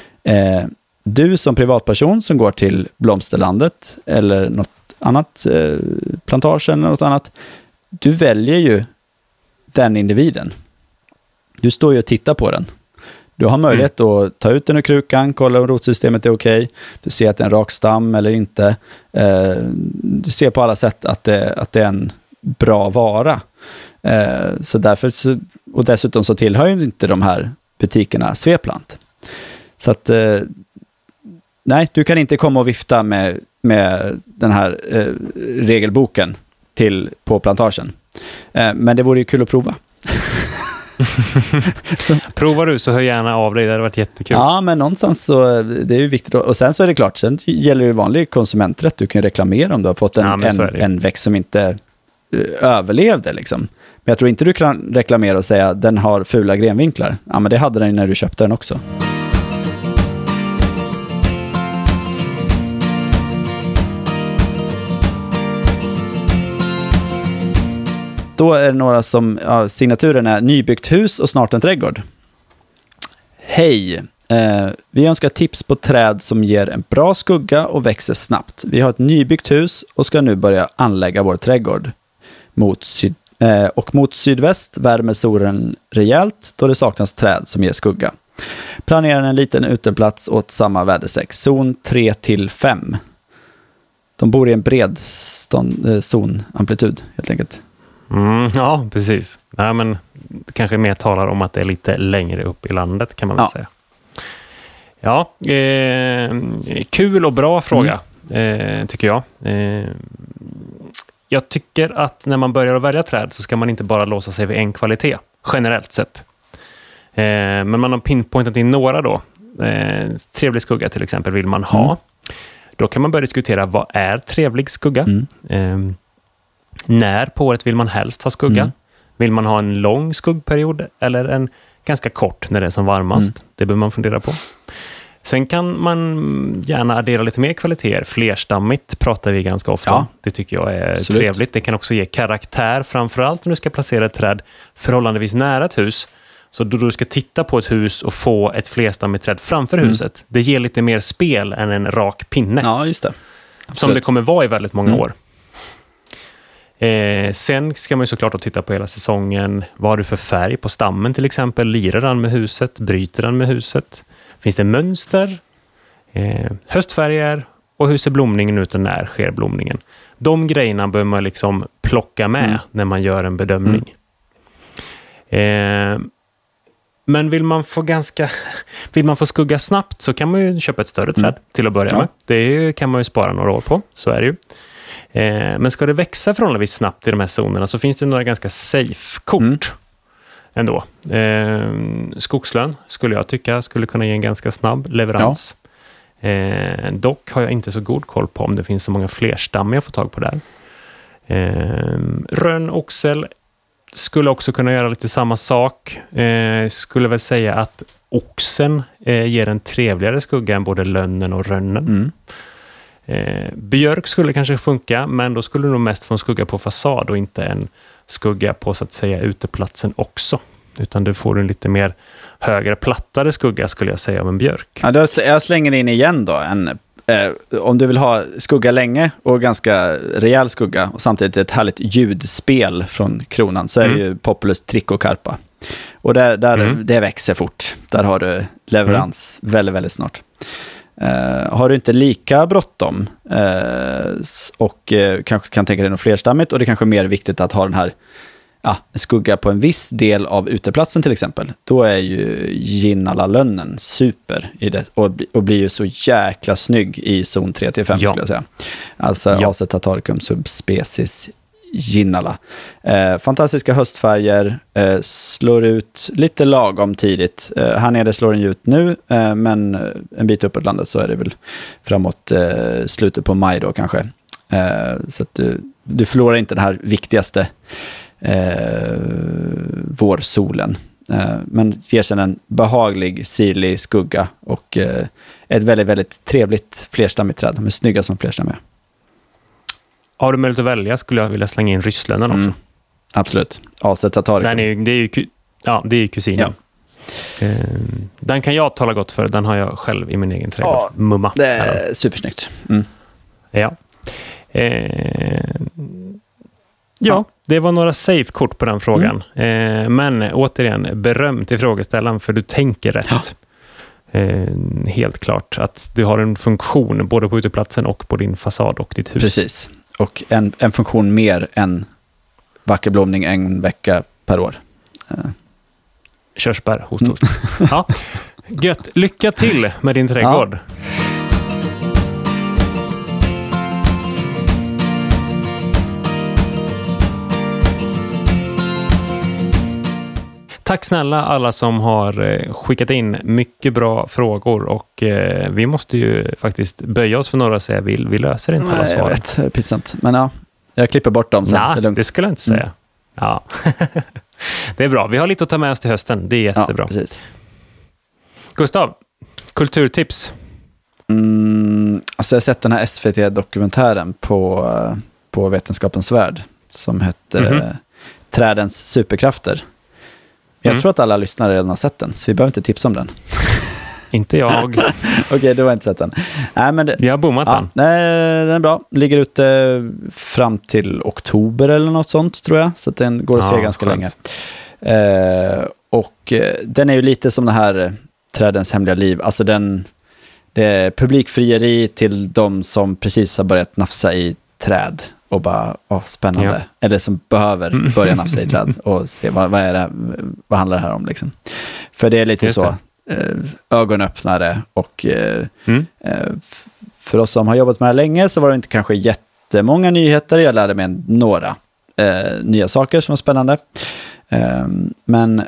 Du som privatperson som går till Blomsterlandet eller något annat plantage eller något annat, du väljer ju den individen. Du står ju och tittar på den. Du har möjlighet att ta ut den ur krukan, kolla om rotsystemet är okej. Du ser att det är en rak stam eller inte. Du ser på alla sätt att det är en bra vara. Så därför, och dessutom så tillhör ju inte de här butikerna Sveplant. Så att nej, du kan inte komma och vifta med den här regelboken på plantagen. Men det vore ju kul att prova. Provar du så hör gärna av dig, det hade varit jättekul. Ja, men någonstans så det är ju viktigt. Och sen så är det klart, sen gäller det vanlig konsumenträtt. Du kan reklamera om du har fått en växt som inte överlevde liksom. Men jag tror inte du kan reklamera och säga den har fula grenvinklar. Ja, men det hade den när du köpte den också. Då är det några som, signaturen är nybyggt hus och snart en trädgård. Hej! Vi önskar tips på träd som ger en bra skugga och växer snabbt. Vi har ett nybyggt hus och ska nu börja anlägga vår trädgård. Mot sydväst värmer solen rejält då det saknas träd som ger skugga. Planerar en liten uteplats åt samma väderstreck. Zon 3-5. De bor i en bred zonamplitud helt enkelt. Ja, precis. Nej, men kanske mer talar om att det är lite längre upp i landet kan man väl säga. Ja, kul och bra fråga tycker jag. Jag tycker att när man börjar att välja träd så ska man inte bara låsa sig vid en kvalitet, generellt sett. Men man har pinpointat in några då. Trevlig skugga till exempel vill man ha. Då kan man börja diskutera vad är trevlig skugga. När på året vill man helst ha skugga? Vill man ha en lång skuggperiod eller en ganska kort när det är som varmast? Det behöver man fundera på. Sen kan man gärna addera lite mer kvaliteter. Flerstammigt pratar vi ganska ofta. Ja, det tycker jag är trevligt. Det kan också ge karaktär, framförallt när du ska placera ett träd förhållandevis nära ett hus. Så då du ska titta på ett hus och få ett flerstammigt träd framför huset. Det ger lite mer spel än en rak pinne. Ja, just det. Absolut. Som det kommer vara i väldigt många år. Sen ska man ju såklart att titta på hela säsongen. Vad har du för färg på stammen till exempel? Lirar den med huset? Bryter den med huset? Finns det mönster? Höstfärger? Och hur ser blomningen ut och när sker blomningen? De grejerna bör man liksom plocka med när man gör en bedömning. Men vill man få skugga snabbt så kan man ju köpa ett större träd till att börja med. Det kan man ju spara några år på, så är det ju. Men ska det växa förhållandevis snabbt i de här zonerna så finns det några ganska safe-kort ändå. Skogslön skulle jag tycka skulle kunna ge en ganska snabb leverans. Dock har jag inte så god koll på om det finns så många flerstammiga att få tag på där. Rönn, oxel skulle också kunna göra lite samma sak. Skulle väl säga att oxen ger en trevligare skugga än både lönnen och rönnen. Björk skulle kanske funka, men då skulle du nog mest få en skugga på fasad och inte en skugga på så att säga uteplatsen också. Utan du får en lite mer högre, plattare skugga skulle jag säga av en björk. Ja, jag slänger in igen då. Om du vill ha skugga länge och ganska rejäl skugga och samtidigt ett härligt ljudspel från kronan så är det ju Populus Trichocarpa. Och det växer fort. Där har du leverans väldigt, väldigt snart. Har du inte lika bråttom och kanske kan tänka dig något flerstammigt och det är kanske mer viktigt att ha den här skugga på en viss del av uteplatsen till exempel, då är ju Ginnala-lönnen super i det och blir ju så jäkla snygg i zon 3-5 skulle jag säga. Alltså Acetatarcum subspecies Ginnala. Fantastiska höstfärger, slår ut lite lagom tidigt. Här nere slår den ut nu, men en bit uppåt landet så är det väl framåt slutet på maj då kanske. Så att du förlorar inte den här viktigaste vårsolen. Men ger sedan en behaglig, sirlig skugga och ett väldigt, väldigt trevligt flerstammigt träd. De är snygga som flerstammiga. Har du möjlighet att välja skulle jag vilja slänga in rysslönen också. Absolut. Acetatarcum. Det är ju kusinen. Ja. Den kan jag tala gott för. Den har jag själv i min egen trädgård. Mumma. Det är supersnyggt. Ja. Ja, det var några safe-kort på den frågan. Men återigen, beröm till frågeställaren för du tänker rätt. Helt klart att du har en funktion både på uteplatsen och på din fasad och ditt hus. Precis. Och en funktion mer än vacker blomning en vecka per år. Körsbär, host. Ja. Gött, lycka till med din trädgård. Tack snälla alla som har skickat in mycket bra frågor och vi måste ju faktiskt böja oss för några och säga vi löser inte alla svar. Jag vet, det är pinsamt. Men jag klipper bort dem sen. Det skulle jag inte säga. Ja. Det är bra. Vi har lite att ta med oss till hösten. Det är jättebra. Ja, precis. Gustav, kulturtips? Alltså jag har sett den här SVT-dokumentären på Vetenskapens värld som heter Trädens superkrafter. Jag tror att alla lyssnare redan har sett den, så vi behöver inte tipsa om den. Inte jag. Okej, du har inte sett den. Nej, men Jag har bommat den. Nej, den är bra. Ligger ute fram till oktober eller något sånt, tror jag. Så att den går att se ganska länge. Och den är ju lite som det här Trädens hemliga liv. Alltså det är publikfrieri till de som precis har börjat nafsa i träd och bara, spännande. Ja. Eller som behöver börja nafsa i träd och se vad är det, vad handlar det här om liksom. För det är lite så ögonöppnare och för oss som har jobbat med det här länge så var det inte kanske jättemånga nyheter. Jag lärde mig några nya saker som var spännande. Men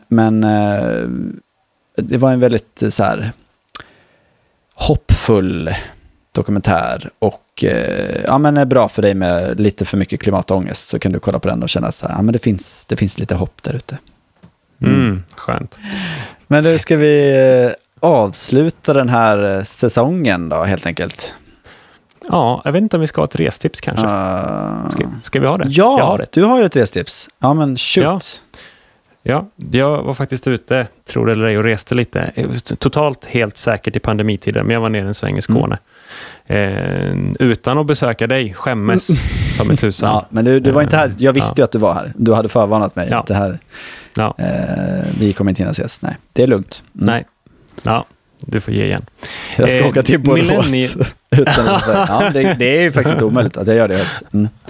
det var en väldigt så här hoppfull dokumentär och men är bra för dig med lite för mycket klimatångest, så kan du kolla på den och känna så här, men det finns lite hopp där ute. Skönt. Men nu ska vi avsluta den här säsongen då, helt enkelt. Ja, jag vet inte om vi ska ha ett restips kanske. Ska vi ha det? Ja, jag har det. Du har ju ett restips. Ja, men shoot. Ja, jag var faktiskt ute, tror det eller ej, och reste lite. Totalt helt säkert i pandemitider, men jag var nere en sväng i Skåne. Utan att besöka dig, skämmes som ett tusan. Ja, men du var inte här. Jag visste ju att du var här. Du hade förvarnat mig. Ja. Det här, vi kommer inte hinna ses. Nej, det är lugnt. Nej, du får ge igen. Jag ska åka till Borås. Det är ju faktiskt inte omöjligt att jag gör det höst.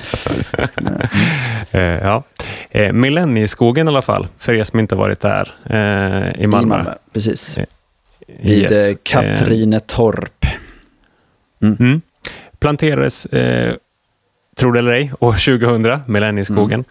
Millennieskogen i alla fall, för er som inte varit där i Malmö. Precis. Vid Katrinetorp. Planterades, tror det eller ej, år 2000, Millennieskogen.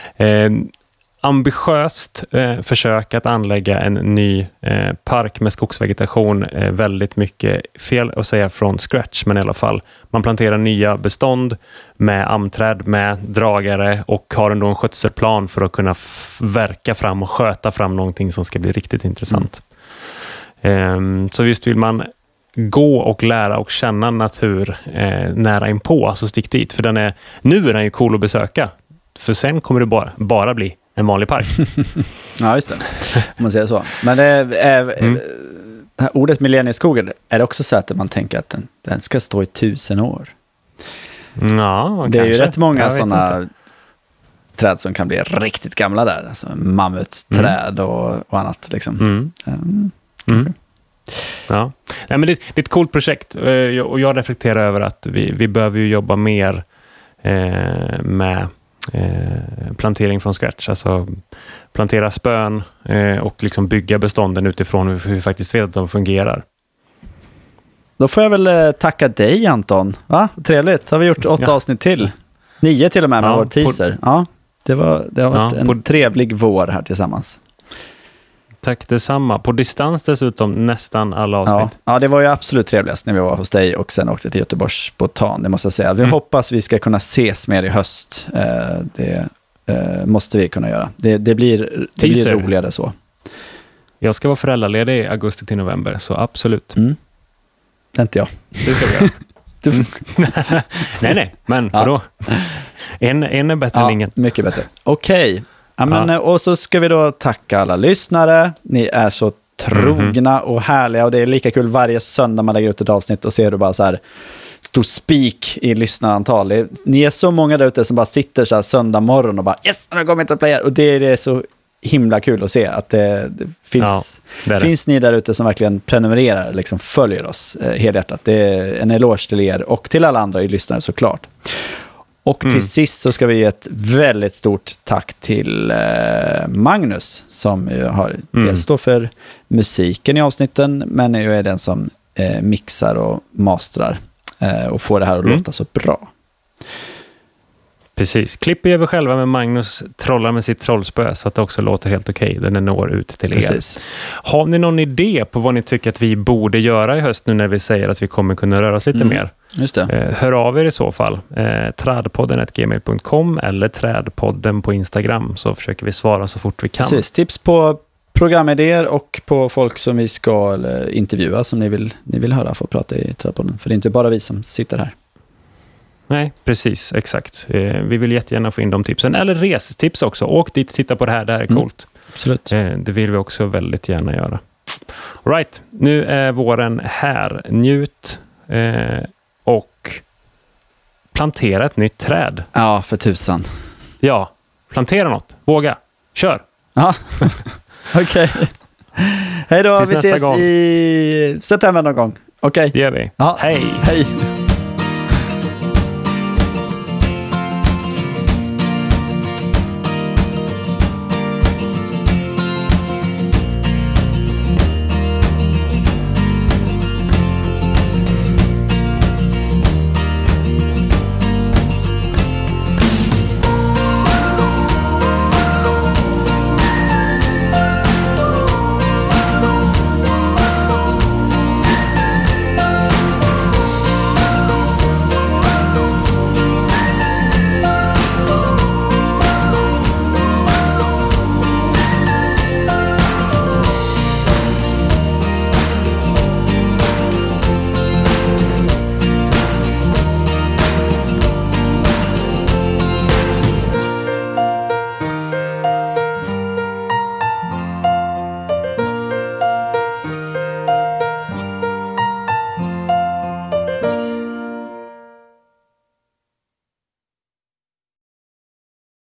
Ambitiöst försök att anlägga en ny park med skogsvegetation, väldigt mycket fel att säga från scratch, men i alla fall man planterar nya bestånd med amträd, med dragare och har ändå en skötselplan för att kunna verka fram och sköta fram någonting som ska bli riktigt intressant. Så just vill man gå och lära och känna natur nära inpå, alltså stick dit, för nu är den ju cool att besöka, för sen kommer det bara bli en vanlig park. Ja, just det. Om man säger så. Men det är ordet millennieskogen, är det också så att man tänker att den ska stå i 1000 år? Ja, det är ju rätt många sådana träd som kan bli riktigt gamla där. Alltså mammutsträd och annat liksom. Ja. Nej, men det är ett coolt projekt och jag reflekterar över att vi behöver ju jobba mer med plantering från scratch, alltså plantera spön och liksom bygga bestånden utifrån hur vi faktiskt vet att de fungerar. Då får jag väl tacka dig, Anton. Va? Trevligt. Har vi gjort 8 avsnitt till. 9 till och med vår teaser. Det har varit en trevlig vår här tillsammans. Tack detsamma. På distans dessutom nästan alla avsnitt. Ja, det var ju absolut trevligast när vi var hos dig och sen åkte till Göteborgs Botan, det måste jag säga. Vi hoppas vi ska kunna ses mer i höst. Det måste vi kunna göra. Det blir roligare så. Jag ska vara föräldraledig i augusti till november, så absolut. Det är inte jag. Det ska vi göra. Nej, men vadå? En är bättre än ingen. Mycket bättre. Okej. Ja, men, och så ska vi då tacka alla lyssnare. Ni är så trogna och härliga, och det är lika kul varje söndag man lägger ut ett avsnitt och ser du bara så här stor spik i lyssnarantal. Ni är så många där ute som bara sitter så här söndag morgon och bara yes, nu kommer inte att playa. Och det är så himla kul att se att det finns, finns ni där ute som verkligen prenumererar, liksom följer oss helhjärtat. Det är en eloge till er och till alla andra lyssnare såklart. Och till sist så ska vi ge ett väldigt stort tack till Magnus, som har står för musiken i avsnitten, men är den som mixar och mastrar och får det här att låta så bra. Precis. Klipper gör vi själva, med Magnus trollar med sitt trollspö så att det också låter helt okej. Den når ut till er. Har ni någon idé på vad ni tycker att vi borde göra i höst, nu när vi säger att vi kommer kunna röra oss lite mer? Just det. Hör av er i så fall. Trädpodden@gmail.com eller Trädpodden på Instagram, så försöker vi svara så fort vi kan. Precis. Tips på programidéer och på folk som vi ska intervjua, som ni vill höra få prata i Trädpodden. För det är inte bara vi som sitter här. Nej, precis, exakt. Vi vill jättegärna få in de tipsen. Eller restips också. Åk dit, titta på det här är coolt. Absolut. Det vill vi också väldigt gärna göra. Right, nu är våren här. Njut och plantera ett nytt träd. Ja, för tusan. Ja, plantera något. Våga. Kör. Ja, okej. Hej då, Tills vi nästa ses gång. i september någon gång. Okej. Det gör vi. Ja. Hej. Hej.